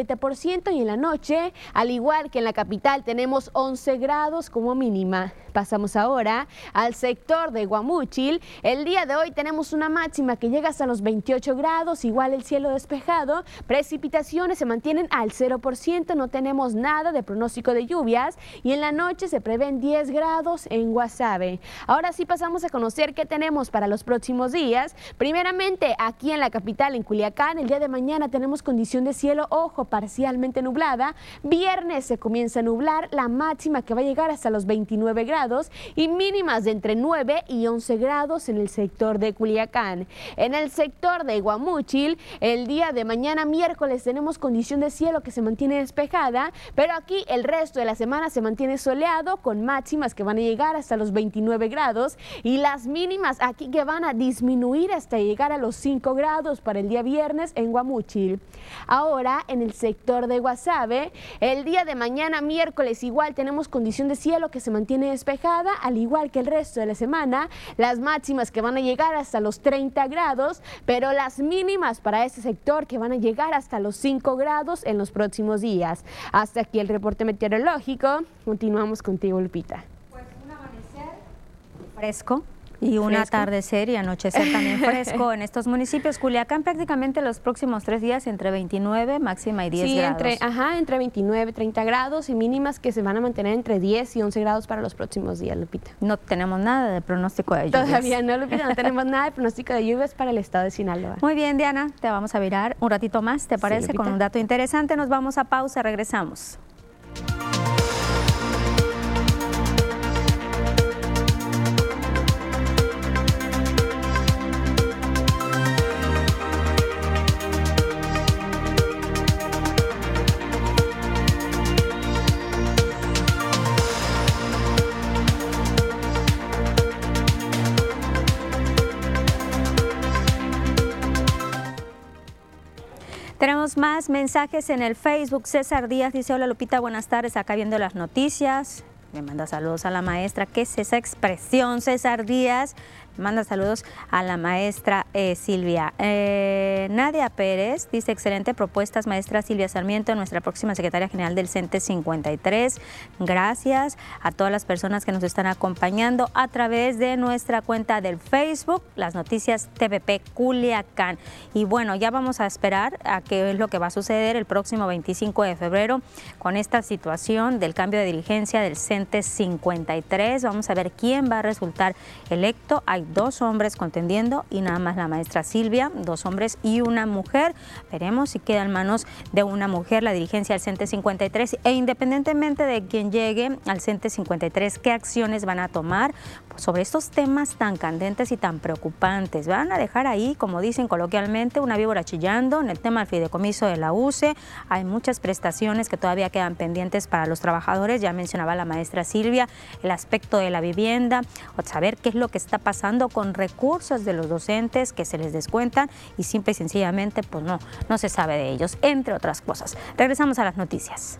27%, y en la noche, al igual que en la capital, tenemos 11 grados como mínima. Pasamos ahora al sector de Guamúchil. El día de hoy tenemos una máxima que llega hasta los 28 grados, igual el cielo despejado, precipitaciones se mantienen al 0%, no tenemos nada de pronóstico de lluvias, y en la noche se prevén 10 grados en Guasave. Ahora sí pasamos a conocer qué tenemos para los próximos días. Primeramente, aquí en la capital, en Culiacán, el día de mañana tenemos condición de cielo, ojo, parcialmente nublada. Viernes se comienza a nublar, la máxima que va a llegar hasta los 29 grados y mínimas de entre 9 y 11 grados en el sector de Culiacán. En el sector de Guamúchil, el día de mañana miércoles tenemos condición de cielo que se mantiene despejada, pero aquí el resto de la semana se mantiene soleado con máximas que van a llegar hasta los 29 grados y las mínimas aquí que van a disminuir hasta llegar a los 5 grados para el día viernes en Guamúchil. Ahora en el sector de Guasave, el día de mañana miércoles igual tenemos condición de cielo que se mantiene despejada, al igual que el resto de la semana, las máximas que van a llegar hasta los 30 grados, pero las mínimas para este sector que van a llegar hasta los 5 grados en los próximos días. Hasta aquí el reporte meteorológico. Continuamos contigo, Lupita. Pues un amanecer fresco y un atardecer y anochecer también fresco en estos municipios. Culiacán prácticamente los próximos 3 días entre 29 máxima y 10 grados. Entre 29 y 30 grados y mínimas que se van a mantener entre 10 y 11 grados para los próximos días, Lupita. No tenemos nada de pronóstico de lluvias. Todavía no, Lupita, no tenemos nada de pronóstico de lluvias para el estado de Sinaloa. Muy bien, Diana, te vamos a virar un ratito más, ¿te parece? Sí, con un dato interesante. Nos vamos a pausa, regresamos. Tenemos más mensajes en el Facebook. César Díaz dice: hola Lupita, buenas tardes, acá viendo las noticias. Me manda saludos a la maestra. ¿Qué es esa expresión, César Díaz? Me manda saludos a la maestra Silvia. Nadia Pérez dice: excelente propuestas, maestra Silvia Sarmiento, nuestra próxima secretaria general del CENTE 53. Gracias a todas las personas que nos están acompañando a través de nuestra cuenta del Facebook, Las Noticias TVP Culiacán. Y bueno, ya vamos a esperar a qué es lo que va a suceder el próximo 25 de febrero con esta situación del cambio de dirigencia del CENTE 53. Vamos a ver quién va a resultar electo. Hay 2 hombres contendiendo y nada más la maestra Silvia, 2 hombres y una mujer. Veremos si queda en manos de una mujer la dirigencia del CENTE 53 e independientemente de quien llegue al CENTE 53, qué acciones van a tomar sobre estos temas tan candentes y tan preocupantes. Van a dejar ahí, como dicen coloquialmente, una víbora chillando en el tema del fideicomiso de la UCE. Hay muchas prestaciones que todavía quedan pendientes para los trabajadores. Ya mencionaba la maestra Silvia el aspecto de la vivienda, o saber qué es lo que está pasando pagando con recursos de los docentes que se les descuentan y simple y sencillamente pues no se sabe de ellos, entre otras cosas. Regresamos a las noticias.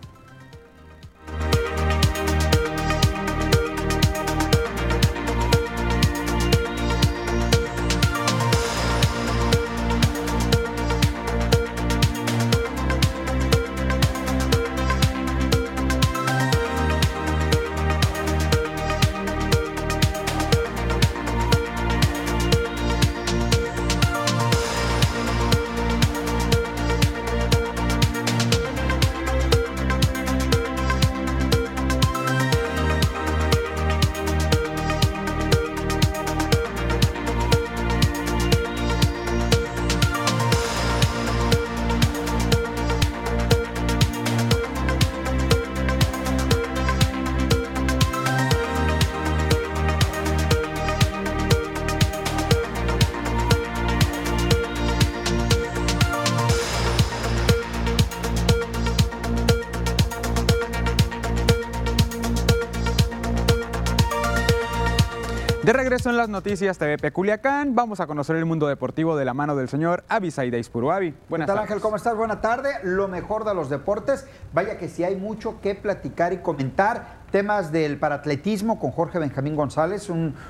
De regreso en las noticias TVP Culiacán, vamos a conocer el mundo deportivo de la mano del señor Abisaída Ispuru. Avi, buenas tardes. Ángel? ¿Cómo estás? Buena tarde. Lo mejor de los deportes. Vaya que sí hay mucho que platicar y comentar. Temas del paratletismo con Jorge Benjamín González,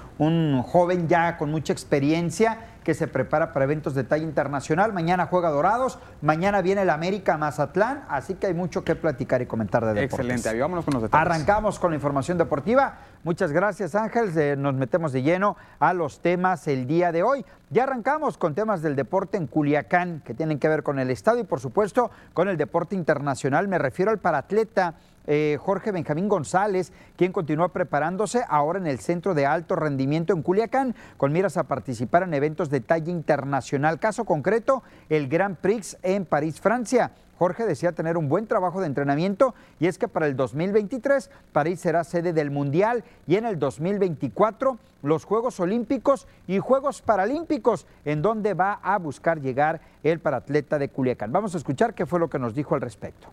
un joven ya con mucha experiencia que se prepara para eventos de talla internacional. Mañana juega Dorados, mañana viene el América Mazatlán, así que hay mucho que platicar y comentar de deportes. Excelente, Avi, vámonos con los detalles. Arrancamos con la información deportiva. Muchas gracias, Ángel. Nos metemos de lleno a los temas el día de hoy. Ya arrancamos con temas del deporte en Culiacán, que tienen que ver con el estado y, por supuesto, con el deporte internacional. Me refiero al paratleta Jorge Benjamín González, quien continúa preparándose ahora en el Centro de Alto Rendimiento en Culiacán, con miras a participar en eventos de talla internacional. Caso concreto, el Grand Prix en París, Francia. Jorge desea tener un buen trabajo de entrenamiento y es que para el 2023 París será sede del Mundial y en el 2024 los Juegos Olímpicos y Juegos Paralímpicos, en donde va a buscar llegar el paratleta de Culiacán. Vamos a escuchar qué fue lo que nos dijo al respecto.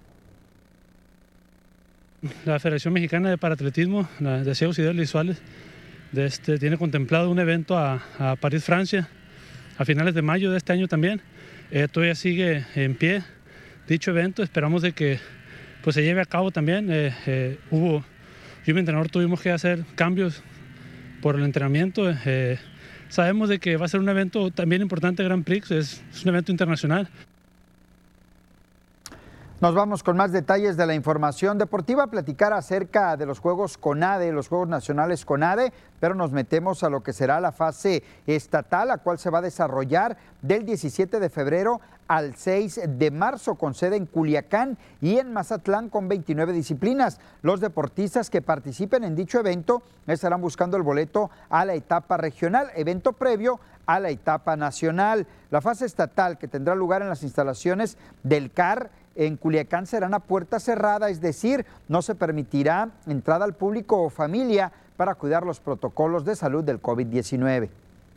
La Federación Mexicana de Paratletismo, de Ciegos y Visuales, tiene contemplado un evento a París, Francia, a finales de mayo de este año también. Todavía sigue en pie dicho evento, esperamos de que pues, se lleve a cabo también. Yo y mi entrenador tuvimos que hacer cambios por el entrenamiento. Sabemos de que va a ser un evento también importante, Grand Prix, es un evento internacional. Nos vamos con más detalles de la información deportiva, a platicar acerca de los Juegos CONADE, los Juegos Nacionales CONADE, pero nos metemos a lo que será la fase estatal, la cual se va a desarrollar del 17 de febrero al 6 de marzo, con sede en Culiacán y en Mazatlán, con 29 disciplinas. Los deportistas que participen en dicho evento estarán buscando el boleto a la etapa regional, evento previo a la etapa nacional. La fase estatal, que tendrá lugar en las instalaciones del CAR en Culiacán, serán a puerta cerrada, es decir, no se permitirá entrada al público o familia para cuidar los protocolos de salud del COVID-19.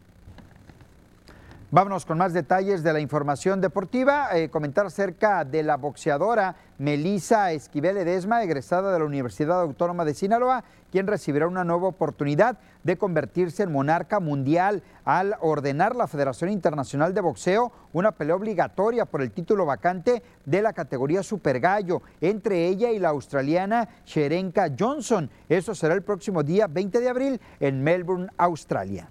Vámonos con más detalles de la información deportiva, comentar acerca de la boxeadora Melissa Esquivel Ledesma, egresada de la Universidad Autónoma de Sinaloa, quien recibirá una nueva oportunidad de convertirse en monarca mundial al ordenar la Federación Internacional de Boxeo una pelea obligatoria por el título vacante de la categoría Super Gallo entre ella y la australiana Sherenka Johnson. Eso será el próximo día 20 de abril en Melbourne, Australia.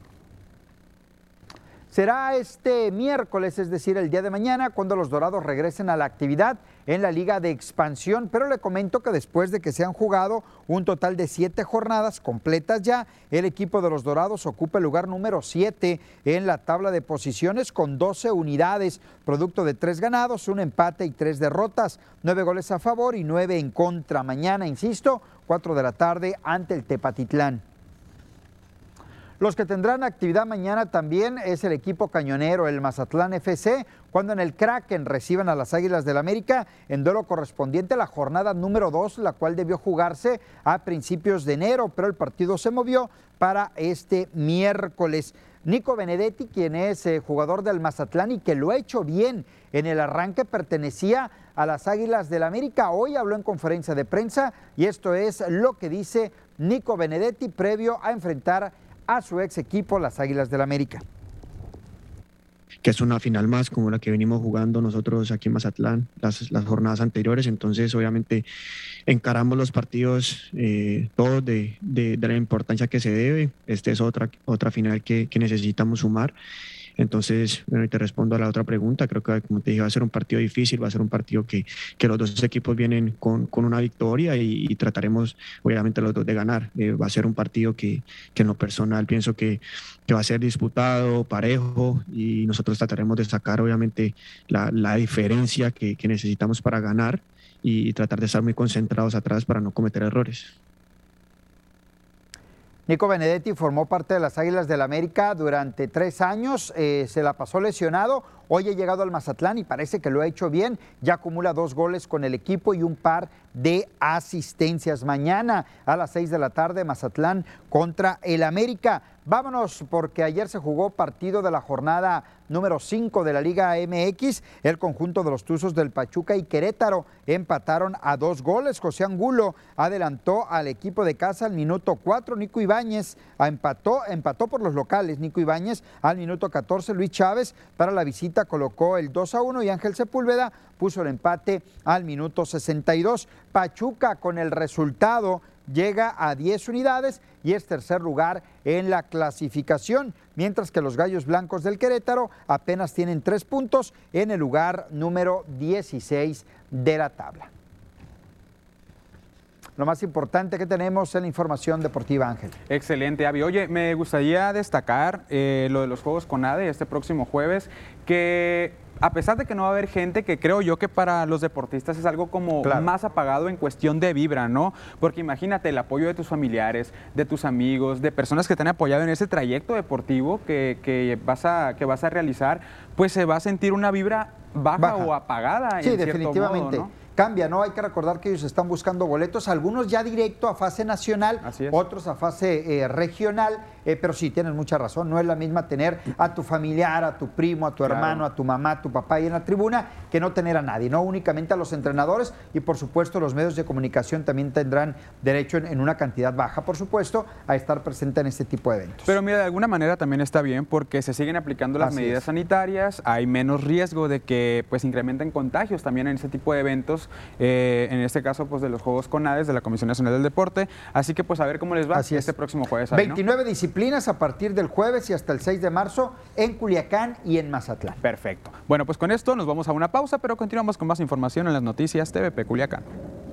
Será este miércoles, es decir, el día de mañana, cuando los Dorados regresen a la actividad en la Liga de Expansión, pero le comento que después de que se han jugado un total de 7 jornadas completas ya, el equipo de los Dorados ocupa el lugar número 7 en la tabla de posiciones con 12 unidades, producto de 3 ganados, 1 empate y 3 derrotas, 9 goles a favor y 9 en contra. Mañana, insisto, 4 de la tarde ante el Tepatitlán. Los que tendrán actividad mañana también es el equipo cañonero, el Mazatlán FC, cuando en el Kraken reciban a las Águilas del América en duelo correspondiente a la jornada número 2, la cual debió jugarse a principios de enero, pero el partido se movió para este miércoles. Nico Benedetti, quien es jugador del Mazatlán y que lo ha hecho bien en el arranque, pertenecía a las Águilas del América. Hoy habló en conferencia de prensa y esto es lo que dice Nico Benedetti previo a enfrentar a su ex equipo, las Águilas del América. Que es una final más como la que venimos jugando nosotros aquí en Mazatlán las jornadas anteriores. Entonces obviamente encaramos los partidos todos de la importancia que se debe. Esta es otra final que necesitamos sumar. Entonces, bueno, y te respondo a la otra pregunta. Creo que, como te dije, va a ser un partido difícil, va a ser un partido que los dos equipos vienen con una victoria y trataremos, obviamente, los dos de ganar. Va a ser un partido que en lo personal pienso que va a ser disputado, parejo, y nosotros trataremos de sacar, obviamente, la diferencia que necesitamos para ganar y tratar de estar muy concentrados atrás para no cometer errores. Nico Benedetti formó parte de las Águilas del América durante 3 años, se la pasó lesionado, hoy ha llegado al Mazatlán y parece que lo ha hecho bien, ya acumula 2 goles con el equipo y un par de asistencias. Mañana a las 6 de la tarde, Mazatlán contra el América. Vámonos, porque ayer se jugó partido de la jornada número 5 de la Liga MX. El conjunto de los Tuzos del Pachuca y Querétaro empataron a 2 goles. José Angulo adelantó al equipo de casa al minuto 4. Nico Ibáñez empató por los locales. Nico Ibáñez al minuto 14. Luis Chávez para la visita colocó el 2-1 y Ángel Sepúlveda puso el empate al minuto 62. Pachuca, con el resultado, llega a 10 unidades y es tercer lugar en la clasificación, mientras que los Gallos Blancos del Querétaro apenas tienen 3 puntos en el lugar número 16 de la tabla. Lo más importante que tenemos en la información deportiva, Ángel. Excelente, Avi. Oye, me gustaría destacar lo de los Juegos CONADE este próximo jueves, que a pesar de que no va a haber gente, que creo yo que para los deportistas es algo como más apagado en cuestión de vibra, ¿no? Porque imagínate el apoyo de tus familiares, de tus amigos, de personas que te han apoyado en ese trayecto deportivo que vas a realizar, pues se va a sentir una vibra baja. O apagada. Sí, en definitivamente. Cierto modo, ¿no? Cambia, ¿no? Hay que recordar que ellos están buscando boletos, algunos ya directo a fase nacional, otros a fase regional, pero sí, tienes mucha razón, no es la misma tener a tu familiar, a tu primo, a tu hermano, a tu mamá, a tu papá ahí en la tribuna, que no tener a nadie, no únicamente a los entrenadores, y por supuesto los medios de comunicación también tendrán derecho en una cantidad baja, por supuesto, a estar presente en este tipo de eventos. Pero mira, de alguna manera también está bien porque se siguen aplicando las medidas sanitarias, hay menos riesgo de que pues incrementen contagios también en ese tipo de eventos, en este caso pues de los Juegos CONADE, de la Comisión Nacional del Deporte, así que pues a ver cómo les va este próximo jueves. 29 disciplinas a partir del jueves y hasta el 6 de marzo en Culiacán y en Mazatlán. Perfecto. Bueno, pues con esto nos vamos a una pausa, pero continuamos con más información en las noticias TVP Culiacán.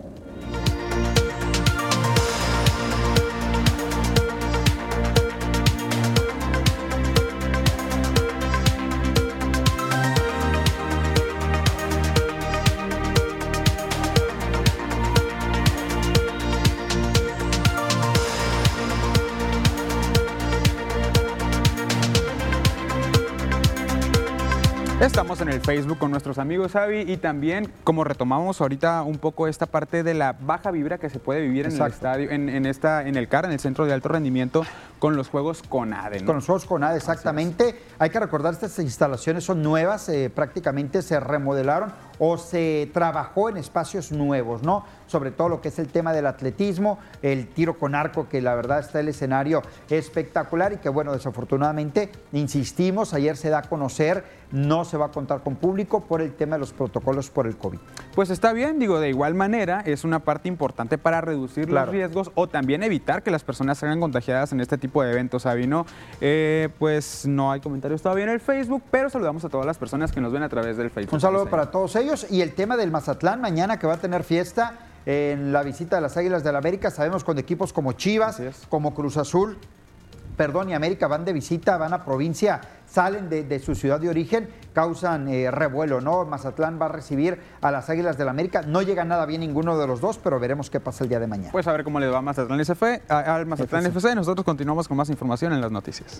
Estamos en el Facebook con nuestros amigos, Avi, y también como retomamos ahorita un poco esta parte de la baja vibra que se puede vivir en el estadio, en el CAR, en el Centro de Alto Rendimiento, con los Juegos CONADE, ¿no? Con los Juegos CONADE, exactamente. Hay que recordar, estas instalaciones son nuevas, prácticamente se remodelaron o se trabajó en espacios nuevos, ¿no? Sobre todo lo que es el tema del atletismo, el tiro con arco, que la verdad está el escenario espectacular y que, bueno, desafortunadamente, insistimos, ayer se da a conocer, no se va a contar con público por el tema de los protocolos por el COVID. Pues está bien, digo, de igual manera es una parte importante para reducir los riesgos o también evitar que las personas salgan contagiadas en este tipo de eventos, Sabino. Pues no hay comentarios todavía en el Facebook, pero saludamos a todas las personas que nos ven a través del Facebook. Un saludo para todos ellos y el tema del Mazatlán mañana, que va a tener fiesta en la visita de las Águilas del América. Sabemos con equipos como Chivas, como Cruz Azul, y América van de visita, van a provincia, salen de su ciudad de origen, causan revuelo, ¿no? Mazatlán va a recibir a las Águilas del América. No llega nada bien ninguno de los dos, pero veremos qué pasa el día de mañana. Pues a ver cómo le va a Mazatlán FC. Nosotros continuamos con más información en las noticias.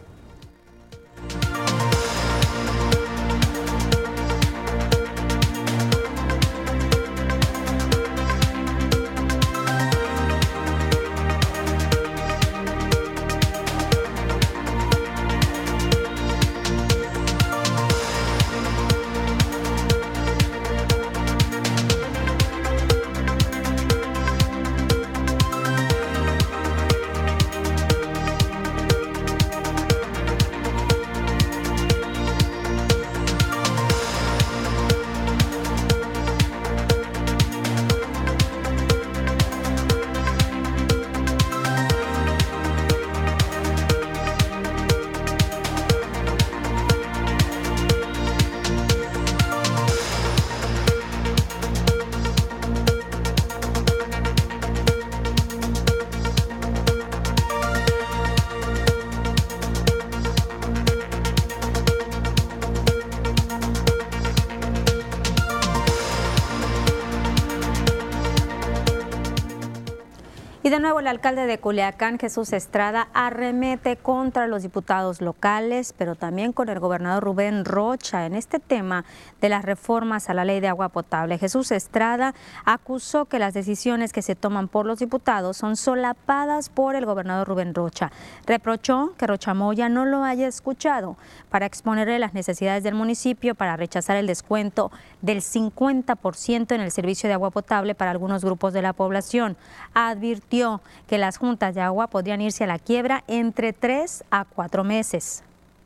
nuevo, el alcalde de Culiacán, Jesús Estrada, arremete contra los diputados locales, pero también con el gobernador Rubén Rocha en este tema de las reformas a la ley de agua potable. Jesús Estrada acusó que las decisiones que se toman por los diputados son solapadas por el gobernador Rubén Rocha. Reprochó que Rocha Moya no lo haya escuchado para exponerle las necesidades del municipio para rechazar el descuento del 50% en el servicio de agua potable para algunos grupos de la población. Advirtió que las juntas de agua podrían irse a la quiebra entre 3 a 4 meses.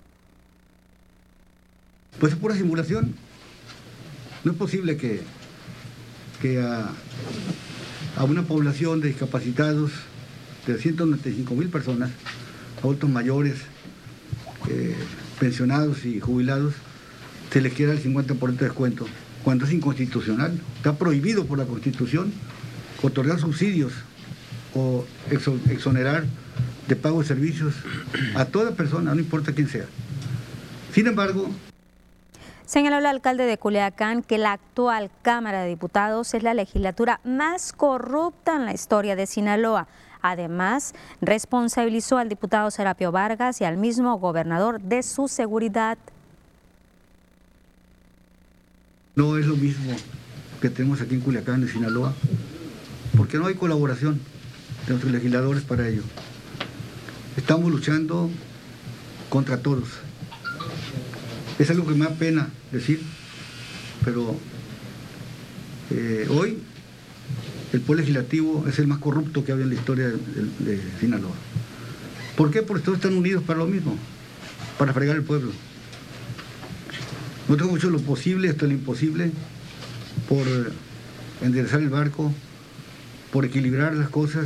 Pues es pura simulación. No es posible que a una población de discapacitados de 195,000 personas, adultos mayores, pensionados y jubilados, se les quiera el 50% de descuento, cuando es inconstitucional. Está prohibido por la Constitución otorgar subsidios o exonerar de pago de servicios a toda persona, no importa quién sea. Sin embargo, señaló el alcalde de Culiacán que la actual Cámara de Diputados es la legislatura más corrupta en la historia de Sinaloa. Además, responsabilizó al diputado Serapio Vargas y al mismo gobernador de su seguridad. No es lo mismo que tenemos aquí en Culiacán, en Sinaloa, porque no hay colaboración de nuestros legisladores para ello. Estamos luchando contra todos. Es algo que me da pena decir, pero hoy el Poder Legislativo es el más corrupto que había en la historia de Sinaloa. ¿Por qué? Porque todos están unidos para lo mismo, para fregar el pueblo. Nosotros hemos hecho lo posible hasta lo imposible por enderezar el barco, por equilibrar las cosas.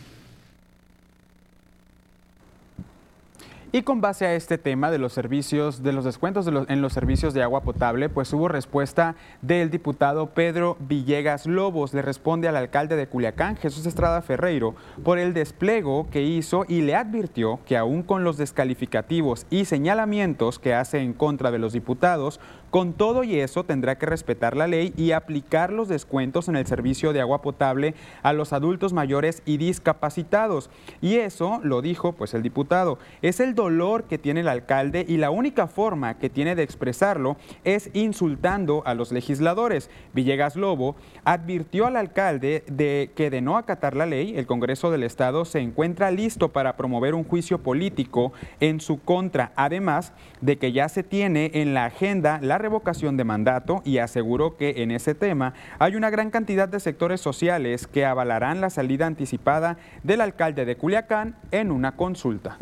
Y con base a este tema de los servicios, de los descuentos en los servicios de agua potable, pues hubo respuesta del diputado Pedro Villegas Lobos. Le responde al alcalde de Culiacán, Jesús Estrada Ferreiro, por el desplego que hizo y le advirtió que aún con los descalificativos y señalamientos que hace en contra de los diputados, con todo y eso tendrá que respetar la ley y aplicar los descuentos en el servicio de agua potable a los adultos mayores y discapacitados. Y eso, lo dijo pues el diputado, es el dolor que tiene el alcalde y la única forma que tiene de expresarlo es insultando a los legisladores. Villegas Lobo advirtió al alcalde de que de no acatar la ley, el Congreso del Estado se encuentra listo para promover un juicio político en su contra, además de que ya se tiene en la agenda la revocación de mandato y aseguró que en ese tema hay una gran cantidad de sectores sociales que avalarán la salida anticipada del alcalde de Culiacán en una consulta.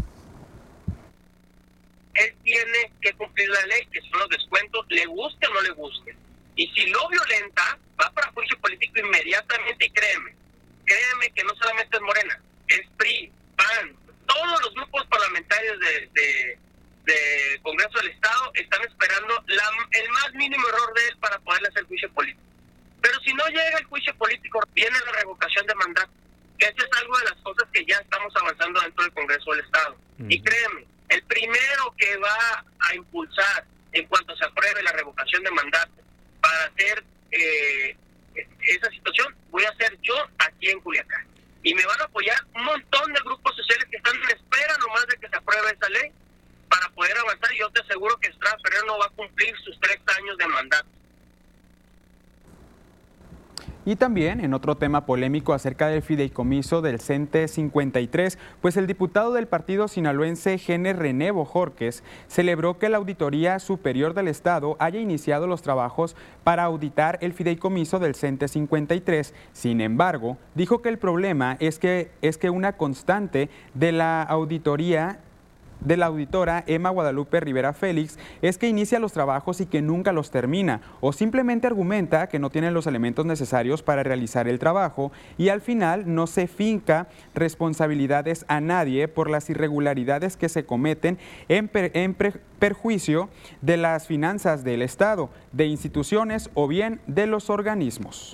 Él tiene que cumplir la ley, que son los descuentos, le guste o no le guste. Y si lo violenta, va para juicio político inmediatamente y créeme que no solamente es Morena, es PRI, PAN, todos los grupos parlamentarios de Congreso del Estado están esperando el más mínimo error de él para poderle hacer juicio político. Pero si no llega el juicio político, viene la revocación de mandato, que eso es algo de las cosas que ya estamos avanzando dentro del Congreso del Estado. Y créeme, el primero que va a impulsar en cuanto se apruebe la revocación de mandato para hacer esa situación, voy a ser yo aquí en Culiacán. Y me van a apoyar un montón de grupos sociales que están en espera nomás de que se apruebe esa ley para poder avanzar, y yo te aseguro que Estrada Ferreiro no va a cumplir sus 3 años de mandato. Y también en otro tema polémico acerca del fideicomiso del CENTE 53, pues el diputado del partido sinaloense Gene René Bojorquez celebró que la Auditoría Superior del Estado haya iniciado los trabajos para auditar el fideicomiso del CENTE 53. Sin embargo, dijo que el problema es que una constante de la auditoría de la auditora Emma Guadalupe Rivera Félix es que inicia los trabajos y que nunca los termina, o simplemente argumenta que no tienen los elementos necesarios para realizar el trabajo y al final no se finca responsabilidades a nadie por las irregularidades que se cometen en perjuicio de las finanzas del Estado, de instituciones o bien de los organismos.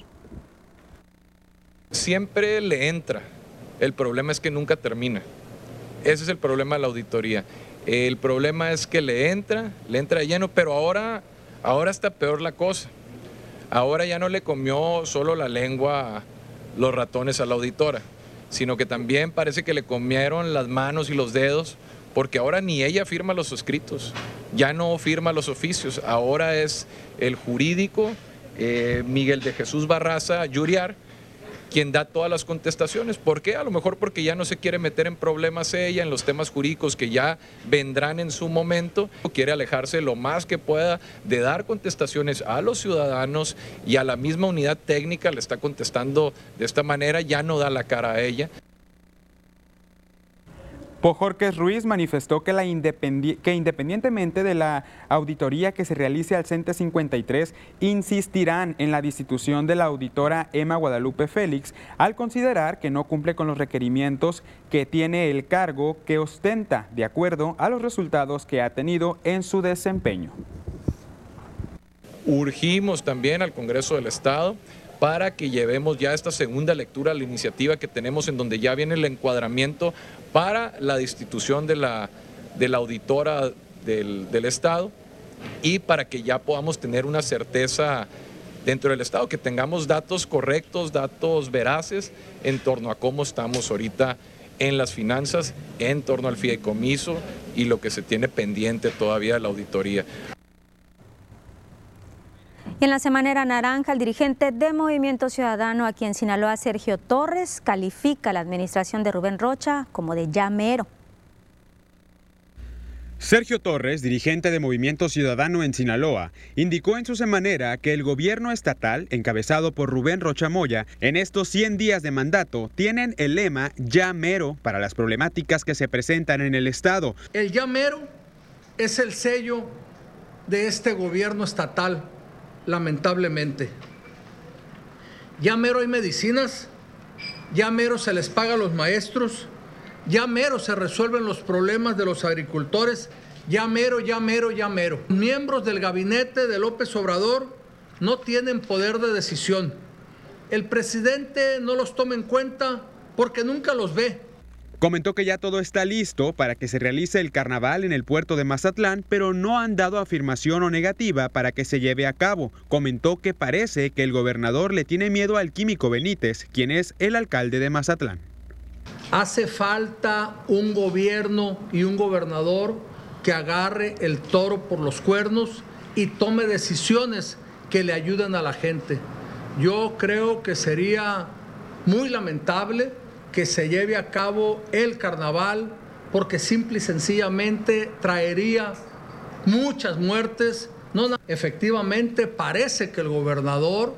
Siempre le entra, el problema es que nunca termina. Ese es el problema de la auditoría. El problema es que le entra de lleno, pero ahora está peor la cosa. Ahora ya no le comió solo la lengua los ratones a la auditora. sino que también parece que le comieron las manos y los dedos, porque ahora ni ella firma los escritos, ya no firma los oficios, ahora es el jurídico Miguel de Jesús Barraza Yuriar quien da todas las contestaciones. ¿Por qué? A lo mejor porque ya no se quiere meter en problemas ella, en los temas jurídicos que ya vendrán en su momento, quiere alejarse lo más que pueda de dar contestaciones a los ciudadanos, y a la misma unidad técnica le está contestando de esta manera, ya no da la cara a ella. Bojorquez Ruiz manifestó que, independientemente de la auditoría que se realice al CENTE 53, insistirán en la destitución de la auditora Emma Guadalupe Félix al considerar que no cumple con los requerimientos que tiene el cargo que ostenta, de acuerdo a los resultados que ha tenido en su desempeño. Urgimos también al Congreso del Estado para que llevemos ya esta segunda lectura a la iniciativa que tenemos, en donde ya viene el encuadramiento para la destitución de la auditora del Estado, y para que ya podamos tener una certeza dentro del Estado, que tengamos datos correctos, datos veraces en torno a cómo estamos ahorita en las finanzas, en torno al fideicomiso y lo que se tiene pendiente todavía de la auditoría. Y en la Semanera Naranja, el dirigente de Movimiento Ciudadano aquí en Sinaloa, Sergio Torres, califica la administración de Rubén Rocha como de ya mero. Sergio Torres, dirigente de Movimiento Ciudadano en Sinaloa, indicó en su semanera que el gobierno estatal, encabezado por Rubén Rocha Moya, en estos 100 días de mandato, tienen el lema ya mero para las problemáticas que se presentan en el estado. El ya mero es el sello de este gobierno estatal, lamentablemente. Ya mero hay medicinas, ya mero se les paga a los maestros, ya mero se resuelven los problemas de los agricultores, ya mero, ya mero, ya mero. Miembros del gabinete de López Obrador no tienen poder de decisión. El presidente no los toma en cuenta porque nunca los ve. Comentó que ya todo está listo para que se realice el carnaval en el puerto de Mazatlán, pero no han dado afirmación o negativa para que se lleve a cabo. Comentó que parece que el gobernador le tiene miedo al Químico Benítez, quien es el alcalde de Mazatlán. Hace falta un gobierno y un gobernador que agarre el toro por los cuernos y tome decisiones que le ayuden a la gente. Yo creo que sería muy lamentable que se lleve a cabo el carnaval, porque simple y sencillamente traería muchas muertes. Efectivamente, parece que el gobernador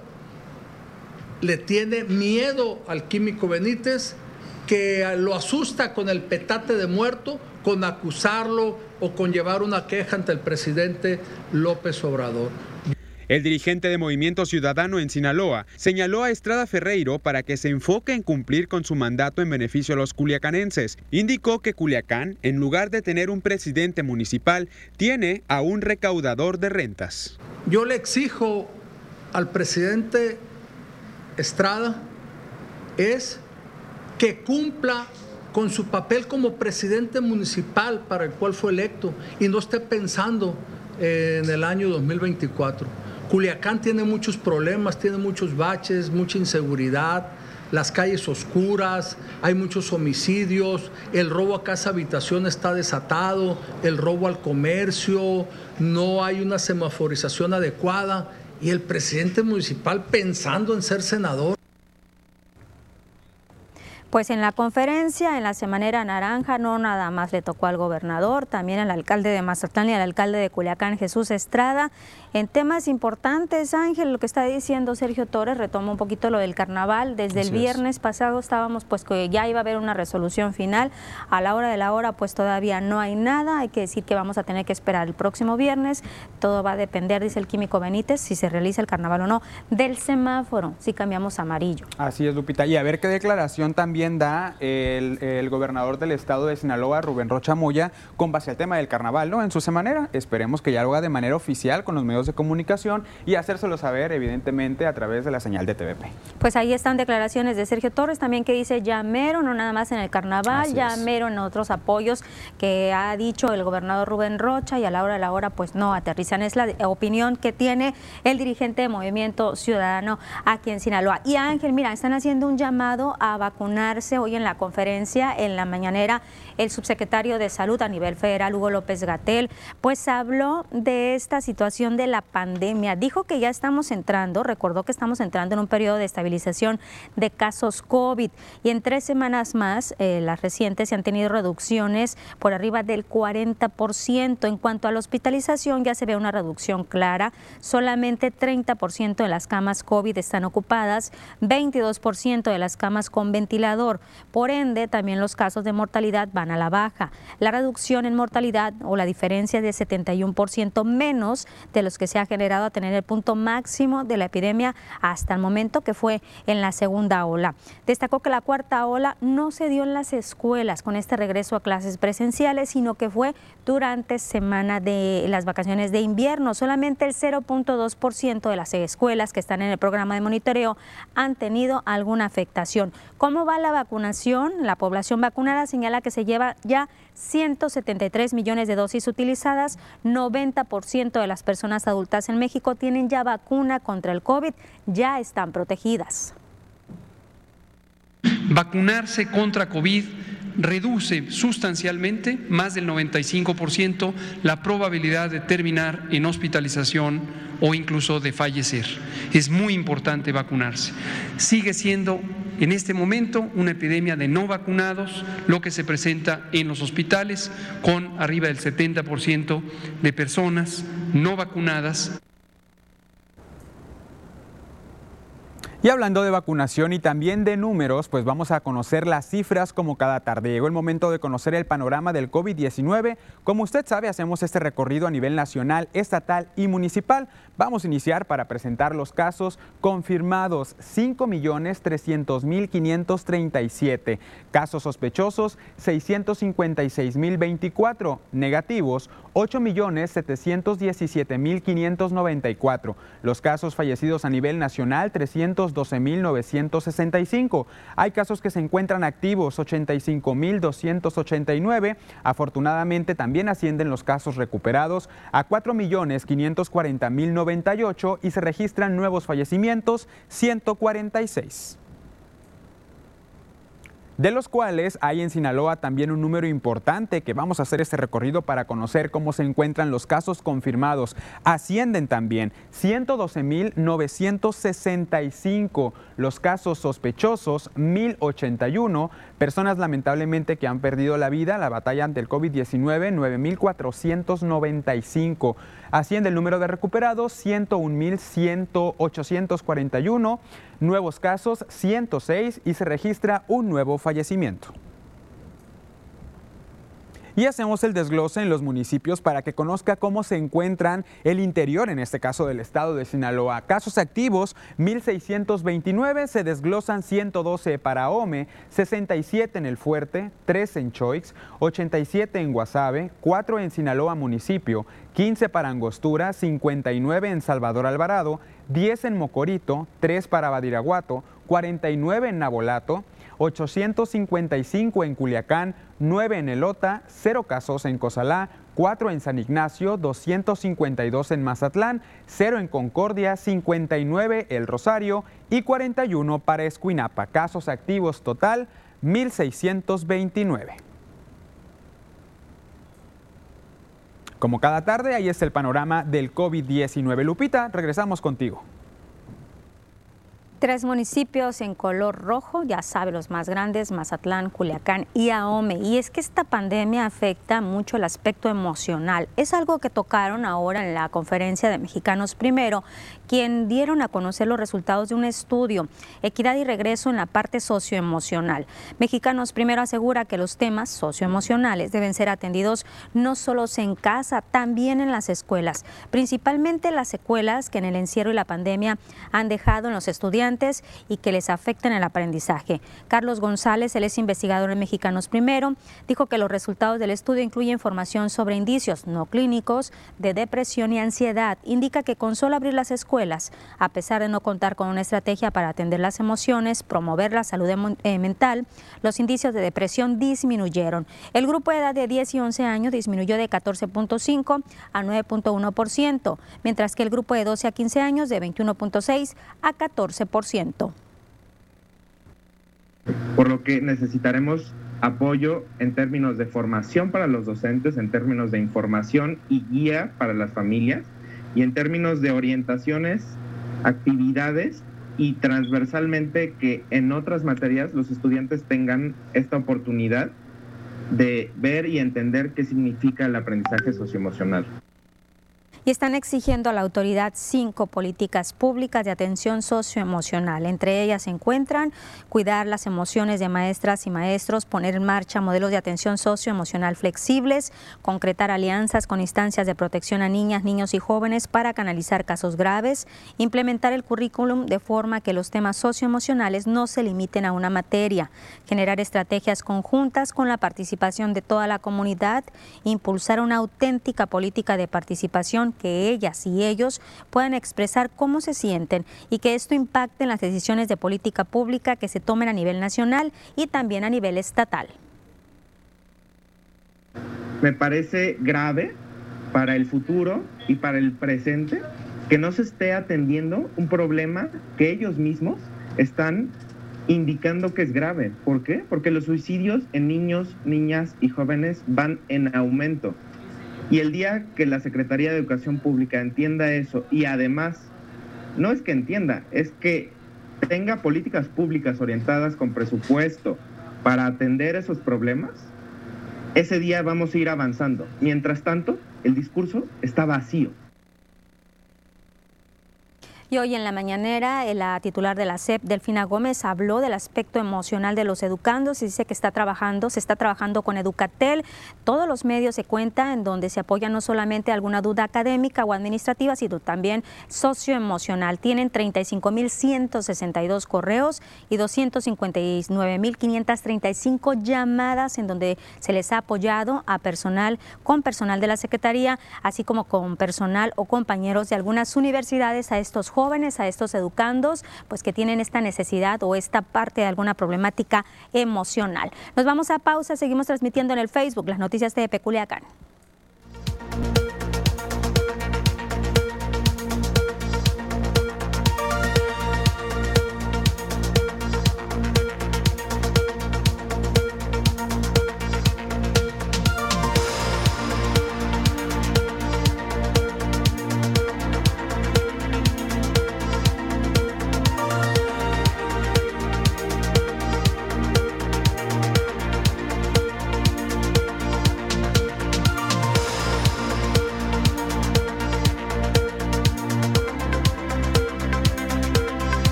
le tiene miedo al Químico Benítez, que lo asusta con el petate de muerto, con acusarlo o con llevar una queja ante el presidente López Obrador. El dirigente de Movimiento Ciudadano en Sinaloa señaló a Estrada Ferreiro para que se enfoque en cumplir con su mandato en beneficio a los culiacanenses. Indicó que Culiacán, en lugar de tener un presidente municipal, tiene a un recaudador de rentas. Yo le exijo al presidente Estrada es que cumpla con su papel como presidente municipal para el cual fue electo y no esté pensando en el año 2024. Culiacán tiene muchos problemas, tiene muchos baches, mucha inseguridad, las calles oscuras, hay muchos homicidios, el robo a casa habitación está desatado, el robo al comercio, no hay una semaforización adecuada, y el presidente municipal pensando en ser senador. Pues en la conferencia, en la Semanera Naranja, no nada más le tocó al gobernador, también al alcalde de Mazatlán y al alcalde de Culiacán, Jesús Estrada, en temas importantes. Ángel, lo que está diciendo Sergio Torres, retoma un poquito lo del carnaval. Desde el viernes pasado estábamos pues que ya iba a haber una resolución final. A la hora de la hora pues todavía no hay nada. Hay que decir que vamos a tener que esperar el próximo viernes. Todo va a depender, dice el Químico Benítez, si se realiza el carnaval o no, del semáforo, si cambiamos a amarillo. Así es, Lupita. Y a ver qué declaración también da el gobernador del estado de Sinaloa, Rubén Rocha Moya, con base al tema del carnaval, ¿no? En su semanera. Esperemos que ya lo haga de manera oficial con los medios de comunicación y hacérselo saber, evidentemente, a través de la señal de TVP. Pues ahí están declaraciones de Sergio Torres, también que dice ya mero, no nada más en el carnaval, ya mero en otros apoyos que ha dicho el gobernador Rubén Rocha, y a la hora de la hora pues no aterrizan. Es la opinión que tiene el dirigente de Movimiento Ciudadano aquí en Sinaloa. Y Ángel, mira, están haciendo un llamado a vacunar vacunarse. Hoy en la conferencia, en la mañanera, el subsecretario de Salud a nivel federal, Hugo López-Gatell, pues habló de esta situación de la pandemia. Dijo que ya estamos entrando, recordó que estamos entrando en un periodo de estabilización de casos COVID y en 3 semanas más, las recientes, se han tenido reducciones por arriba del 40%. En cuanto a la hospitalización, ya se ve una reducción clara. Solamente 30% de las camas COVID están ocupadas, 22% de las camas con ventilador. Por ende, también los casos de mortalidad van a la baja. La reducción en mortalidad o la diferencia es de 71% menos de los que se ha generado a tener el punto máximo de la epidemia hasta el momento, que fue en la segunda ola. Destacó que la cuarta ola no se dio en las escuelas con este regreso a clases presenciales, sino que fue durante semana de las vacaciones de invierno. Solamente el 0.2% de las escuelas que están en el programa de monitoreo han tenido alguna afectación. ¿Cómo va la vacunación? La población vacunada señala que se lleva ya 173 millones de dosis utilizadas. 90% de las personas adultas en México tienen ya vacuna contra el COVID, ya están protegidas. Vacunarse contra COVID reduce sustancialmente, más del 95%, la probabilidad de terminar en hospitalización o incluso de fallecer. Es muy importante vacunarse. Sigue siendo en este momento una epidemia de no vacunados, lo que se presenta en los hospitales, con arriba del 70% de personas no vacunadas. Y hablando de vacunación y también de números, pues vamos a conocer las cifras como cada tarde. Llegó el momento de conocer el panorama del COVID-19. Como usted sabe, hacemos este recorrido a nivel nacional, estatal y municipal. Vamos a iniciar para presentar los casos confirmados, 5.300.537. Casos sospechosos, 656.024. Negativos, 8.717.594. Los casos fallecidos a nivel nacional, 312.965. Hay casos que se encuentran activos, 85.289. Afortunadamente también ascienden los casos recuperados a 4.540.098 y se registran nuevos fallecimientos, 146. De los cuales hay en Sinaloa también un número importante que vamos a hacer este recorrido para conocer cómo se encuentran los casos confirmados. Ascienden también 112.965, los casos sospechosos 1.081, personas lamentablemente que han perdido la vida, la batalla ante el COVID-19 9.495. Asciende el número de recuperados 101.841, nuevos casos 106 y se registra un nuevo fallecimiento. Y hacemos el desglose en los municipios para que conozca cómo se encuentran el interior, en este caso del estado de Sinaloa. Casos activos, 1.629, se desglosan 112 para Ome, 67 en El Fuerte, 3 en Choix, 87 en Guasave, 4 en Sinaloa municipio, 15 para Angostura, 59 en Salvador Alvarado, 10 en Mocorito, 3 para Badiraguato, 49 en Nabolato, 855 en Culiacán, 9 en Elota, 0 casos en Cozalá, 4 en San Ignacio, 252 en Mazatlán, 0 en Concordia, 59 El Rosario y 41 para Escuinapa. Casos activos total, 1.629. Como cada tarde, ahí está el panorama del COVID-19. Lupita, regresamos contigo. 3 municipios en color rojo, ya sabe, los más grandes, Mazatlán, Culiacán y Ahome. Y es que esta pandemia afecta mucho el aspecto emocional. Es algo que tocaron ahora en la conferencia de Mexicanos Primero, quien dieron a conocer los resultados de un estudio, Equidad y Regreso en la parte socioemocional. Mexicanos Primero asegura que los temas socioemocionales deben ser atendidos no solo en casa, también en las escuelas, principalmente las secuelas que en el encierro y la pandemia han dejado en los estudiantes y que les afectan el aprendizaje. Carlos González, él es investigador en Mexicanos Primero, dijo que los resultados del estudio incluyen información sobre indicios no clínicos de depresión y ansiedad. Indica que con solo abrir las escuelas, a pesar de no contar con una estrategia para atender las emociones, promover la salud mental, los indicios de depresión disminuyeron. El grupo de edad de 10 y 11 años disminuyó de 14.5 a 9.1%, mientras que el grupo de 12 a 15 años de 21.6 a 14%. por lo que necesitaremos apoyo en términos de formación para los docentes, en términos de información y guía para las familias y en términos de orientaciones, actividades y transversalmente que en otras materias los estudiantes tengan esta oportunidad de ver y entender qué significa el aprendizaje socioemocional. Y están exigiendo a la autoridad 5 políticas públicas de atención socioemocional. Entre ellas se encuentran cuidar las emociones de maestras y maestros, poner en marcha modelos de atención socioemocional flexibles, concretar alianzas con instancias de protección a niñas, niños y jóvenes para canalizar casos graves, implementar el currículum de forma que los temas socioemocionales no se limiten a una materia, generar estrategias conjuntas con la participación de toda la comunidad, impulsar una auténtica política de participación que ellas y ellos puedan expresar cómo se sienten y que esto impacte en las decisiones de política pública que se tomen a nivel nacional y también a nivel estatal. Me parece grave para el futuro y para el presente que no se esté atendiendo un problema que ellos mismos están indicando que es grave. ¿Por qué? Porque los suicidios en niños, niñas y jóvenes van en aumento. Y el día que la Secretaría de Educación Pública entienda eso y además, no es que entienda, es que tenga políticas públicas orientadas con presupuesto para atender esos problemas, ese día vamos a ir avanzando. Mientras tanto, el discurso está vacío. Y hoy en la mañanera, la titular de la SEP, Delfina Gómez, habló del aspecto emocional de los educandos y dice que se está trabajando con Educatel. Todos los medios se cuentan en donde se apoya no solamente alguna duda académica o administrativa, sino también socioemocional. Tienen 35.162 correos y 259.535 llamadas en donde se les ha apoyado a personal de la Secretaría, así como con personal o compañeros de algunas universidades a estos jóvenes, a estos educandos, pues que tienen esta necesidad o esta parte de alguna problemática emocional. Nos vamos a pausa, seguimos transmitiendo en el Facebook las noticias de Culiacán.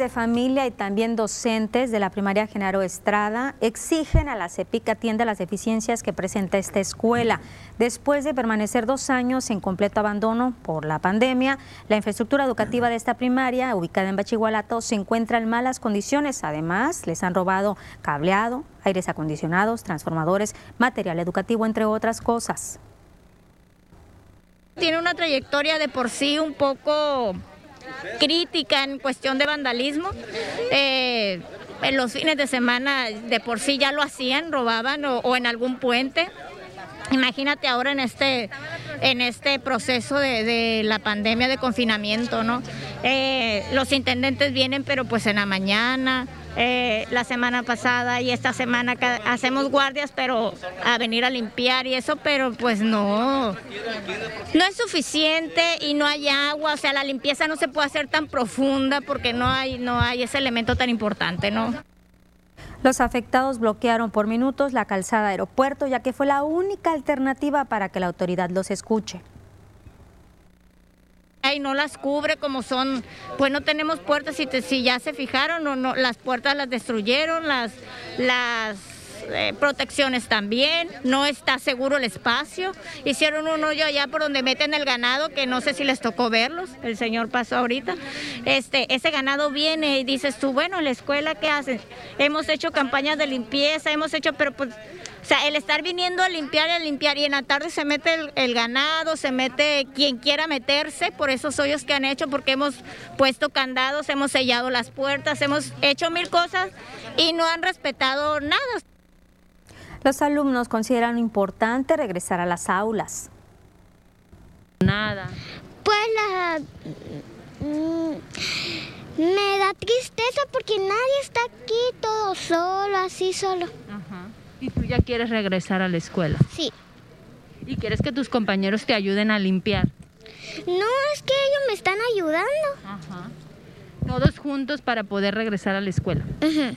de familia y también docentes de la primaria Genaro Estrada exigen a la CEPIC que atienda las deficiencias que presenta esta escuela. Después de permanecer 2 años en completo abandono por la pandemia, la infraestructura educativa de esta primaria, ubicada en Bachigualato, se encuentra en malas condiciones. Además, les han robado cableado, aires acondicionados, transformadores, material educativo, entre otras cosas. Tiene una trayectoria de por sí un poco crítica en cuestión de vandalismo. En los fines de semana de por sí ya lo hacían, robaban o en algún puente. Imagínate ahora en este proceso de la pandemia de confinamiento, ¿no? Los intendentes vienen, pero pues en la mañana, la semana pasada y esta semana hacemos guardias, pero a venir a limpiar y eso, pero pues no es suficiente y no hay agua, o sea, la limpieza no se puede hacer tan profunda porque no hay ese elemento tan importante, ¿no? Los afectados bloquearon por minutos la calzada Aeropuerto, ya que fue la única alternativa para que la autoridad los escuche. Y no las cubre como son, pues no tenemos puertas, si ya se fijaron, no, las puertas las destruyeron, las protecciones también, no está seguro el espacio. Hicieron un hoyo allá por donde meten el ganado, que no sé si les tocó verlos, el señor pasó ahorita. Ese ganado viene y dices tú, bueno, en la escuela, ¿qué hacen? Hemos hecho campañas de limpieza, pero pues, o sea, el estar viniendo a limpiar y en la tarde se mete el ganado, se mete quien quiera meterse por esos hoyos que han hecho, porque hemos puesto candados, hemos sellado las puertas, hemos hecho 1000 cosas y no han respetado nada. Los alumnos consideran importante regresar a las aulas. Nada. Pues me da tristeza porque nadie está aquí, todo solo, así solo. Ajá. ¿Y tú ya quieres regresar a la escuela? Sí. ¿Y quieres que tus compañeros te ayuden a limpiar? No, es que ellos me están ayudando. Ajá. Todos juntos para poder regresar a la escuela. Ajá.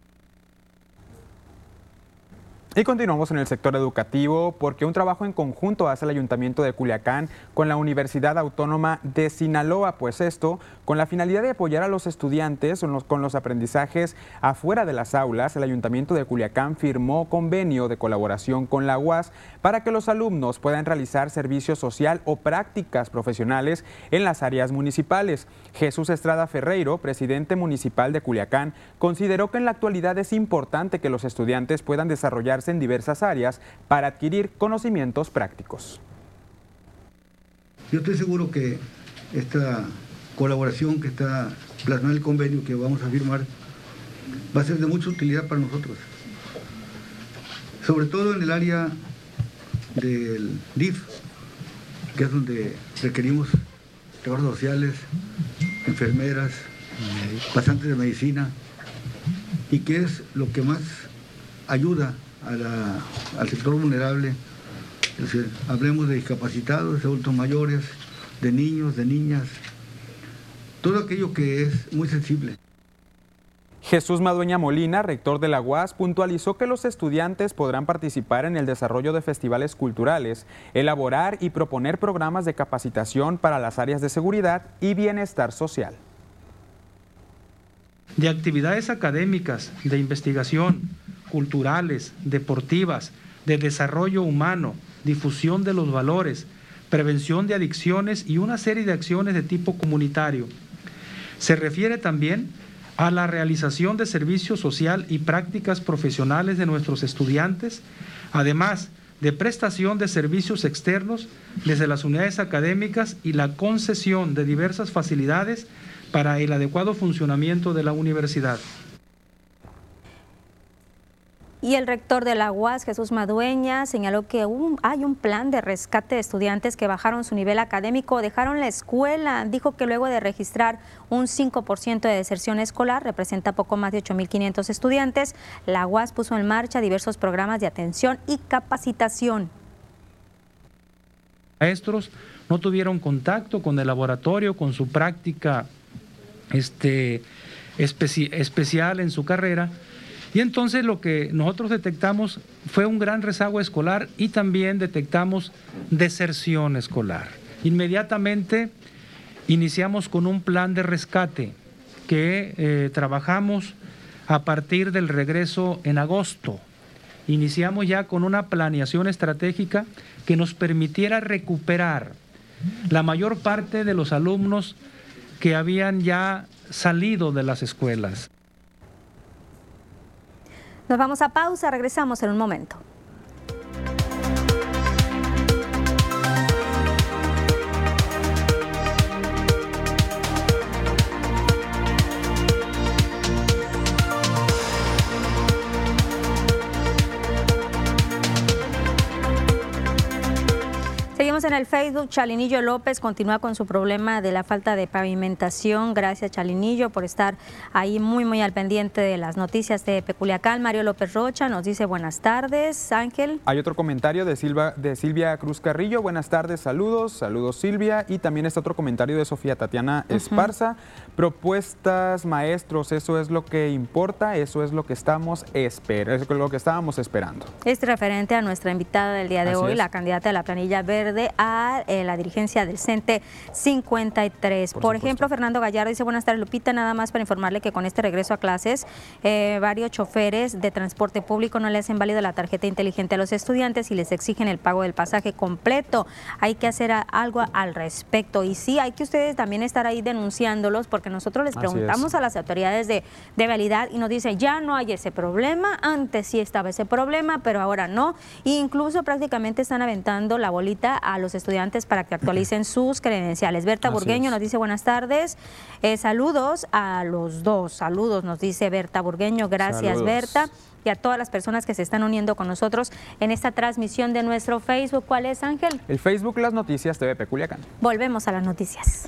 Y continuamos en el sector educativo porque un trabajo en conjunto hace el Ayuntamiento de Culiacán con la Universidad Autónoma de Sinaloa, pues esto con la finalidad de apoyar a los estudiantes con los aprendizajes afuera de las aulas. El Ayuntamiento de Culiacán firmó convenio de colaboración con la UAS para que los alumnos puedan realizar servicio social o prácticas profesionales en las áreas municipales. Jesús Estrada Ferreiro, presidente municipal de Culiacán, consideró que en la actualidad es importante que los estudiantes puedan desarrollarse en diversas áreas para adquirir conocimientos prácticos. Yo estoy seguro que esta colaboración que está plasmada en el convenio que vamos a firmar va a ser de mucha utilidad para nosotros, sobre todo en el área del DIF, que es donde requerimos trabajadores sociales, enfermeras, pasantes de medicina, y que es lo que más ayuda al sector vulnerable. Es decir, hablemos de discapacitados, de adultos mayores, de niños, de niñas, todo aquello que es muy sensible. Jesús Madueña Molina, rector de la UAS, puntualizó que los estudiantes podrán participar en el desarrollo de festivales culturales, elaborar y proponer programas de capacitación para las áreas de seguridad y bienestar social. De actividades académicas, de investigación, culturales, deportivas, de desarrollo humano, difusión de los valores, prevención de adicciones y una serie de acciones de tipo comunitario. Se refiere también a la realización de servicio social y prácticas profesionales de nuestros estudiantes, además de prestación de servicios externos desde las unidades académicas y la concesión de diversas facilidades para el adecuado funcionamiento de la universidad. Y el rector de la UAS, Jesús Madueña, señaló que hay un plan de rescate de estudiantes que bajaron su nivel académico, dejaron la escuela. Dijo que luego de registrar un 5% de deserción escolar, representa poco más de 8.500 estudiantes, la UAS puso en marcha diversos programas de atención y capacitación. Maestros no tuvieron contacto con el laboratorio, con su práctica especial en su carrera. Y entonces lo que nosotros detectamos fue un gran rezago escolar y también detectamos deserción escolar. Inmediatamente iniciamos con un plan de rescate que trabajamos a partir del regreso en agosto. Iniciamos ya con una planeación estratégica que nos permitiera recuperar la mayor parte de los alumnos que habían ya salido de las escuelas. Nos vamos a pausa, regresamos en un momento. Seguimos en el Facebook. Chalinillo López continúa con su problema de la falta de pavimentación. Gracias, Chalinillo, por estar ahí muy al pendiente de las noticias de Peculiacán. Mario López Rocha nos dice buenas tardes. Ángel. Hay otro comentario de Silvia Cruz Carrillo. Buenas tardes, saludos Silvia. Y también está otro comentario de Sofía Tatiana Esparza. Propuestas, maestros, eso es lo que importa, eso es lo que estábamos esperando. Es referente a nuestra invitada del día de hoy, la candidata de la planilla verde a la dirigencia del CENTE 53. Por ejemplo, Fernando Gallardo dice, buenas tardes, Lupita, nada más para informarle que con este regreso a clases, varios choferes de transporte público no le hacen válida la tarjeta inteligente a los estudiantes y les exigen el pago del pasaje completo. Hay que hacer algo al respecto. Y sí, hay que ustedes también estar ahí denunciándolos, porque nosotros les preguntamos a las autoridades de vialidad y nos dicen, ya no hay ese problema, antes sí estaba ese problema, pero ahora no. E incluso prácticamente están aventando la bolita a los estudiantes para que actualicen sus credenciales. Berta Burgueño nos dice buenas tardes, saludos a los dos, saludos nos dice Berta Burgueño, gracias Berta, y a todas las personas que se están uniendo con nosotros en esta transmisión de nuestro Facebook. ¿Cuál es, Ángel? El Facebook Las Noticias TV Peculiacán. Volvemos a las noticias.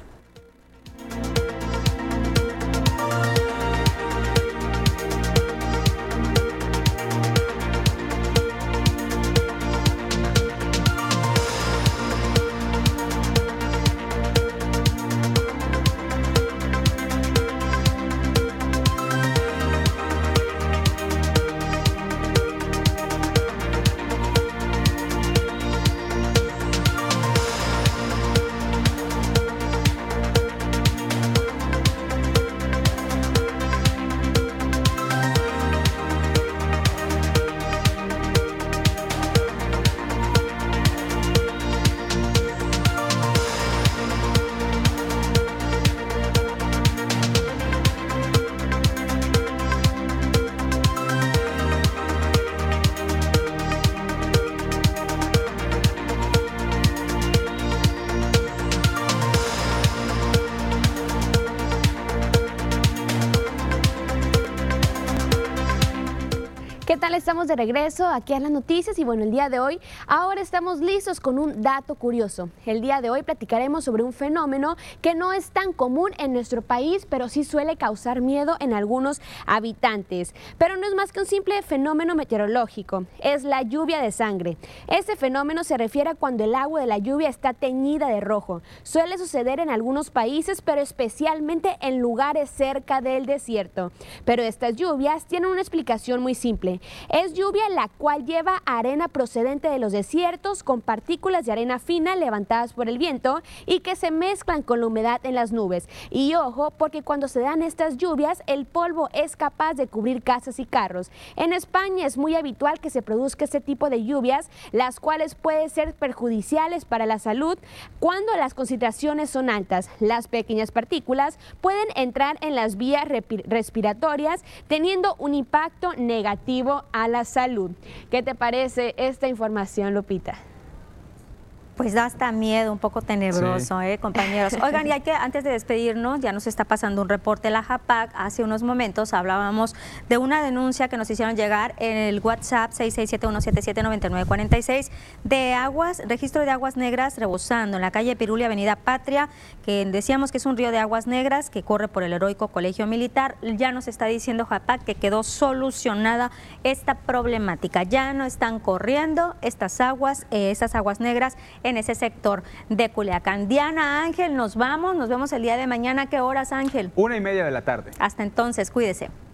¿Qué tal? Estamos de regreso aquí a las noticias y bueno, el día de hoy ahora estamos listos con un dato curioso. El día de hoy platicaremos sobre un fenómeno que no es tan común en nuestro país, pero sí suele causar miedo en algunos habitantes. Pero no es más que un simple fenómeno meteorológico, es la lluvia de sangre. Este fenómeno se refiere a cuando el agua de la lluvia está teñida de rojo. Suele suceder en algunos países, pero especialmente en lugares cerca del desierto. Pero estas lluvias tienen una explicación muy simple. Es lluvia la cual lleva arena procedente de los desiertos con partículas de arena fina levantadas por el viento y que se mezclan con la humedad en las nubes. Y ojo, porque cuando se dan estas lluvias, el polvo es capaz de cubrir casas y carros. En España es muy habitual que se produzca este tipo de lluvias, las cuales pueden ser perjudiciales para la salud cuando las concentraciones son altas. Las pequeñas partículas pueden entrar en las vías respiratorias, teniendo un impacto negativo a la salud. ¿Qué te parece esta información, Lupita? Pues da hasta miedo, un poco tenebroso, compañeros. Oigan, y hay que, antes de despedirnos, ya nos está pasando un reporte la JAPAC. Hace unos momentos hablábamos de una denuncia que nos hicieron llegar en el WhatsApp 6671779946 de registro de aguas negras rebosando en la calle Piruli, Avenida Patria, que decíamos que es un río de aguas negras que corre por el heroico Colegio Militar. Ya nos está diciendo JAPAC que quedó solucionada esta problemática. Ya no están corriendo estas aguas negras en ese sector de Culiacán. Diana, Ángel, nos vemos el día de mañana. ¿Qué horas, Ángel? 1:30 de la tarde. Hasta entonces, cuídese.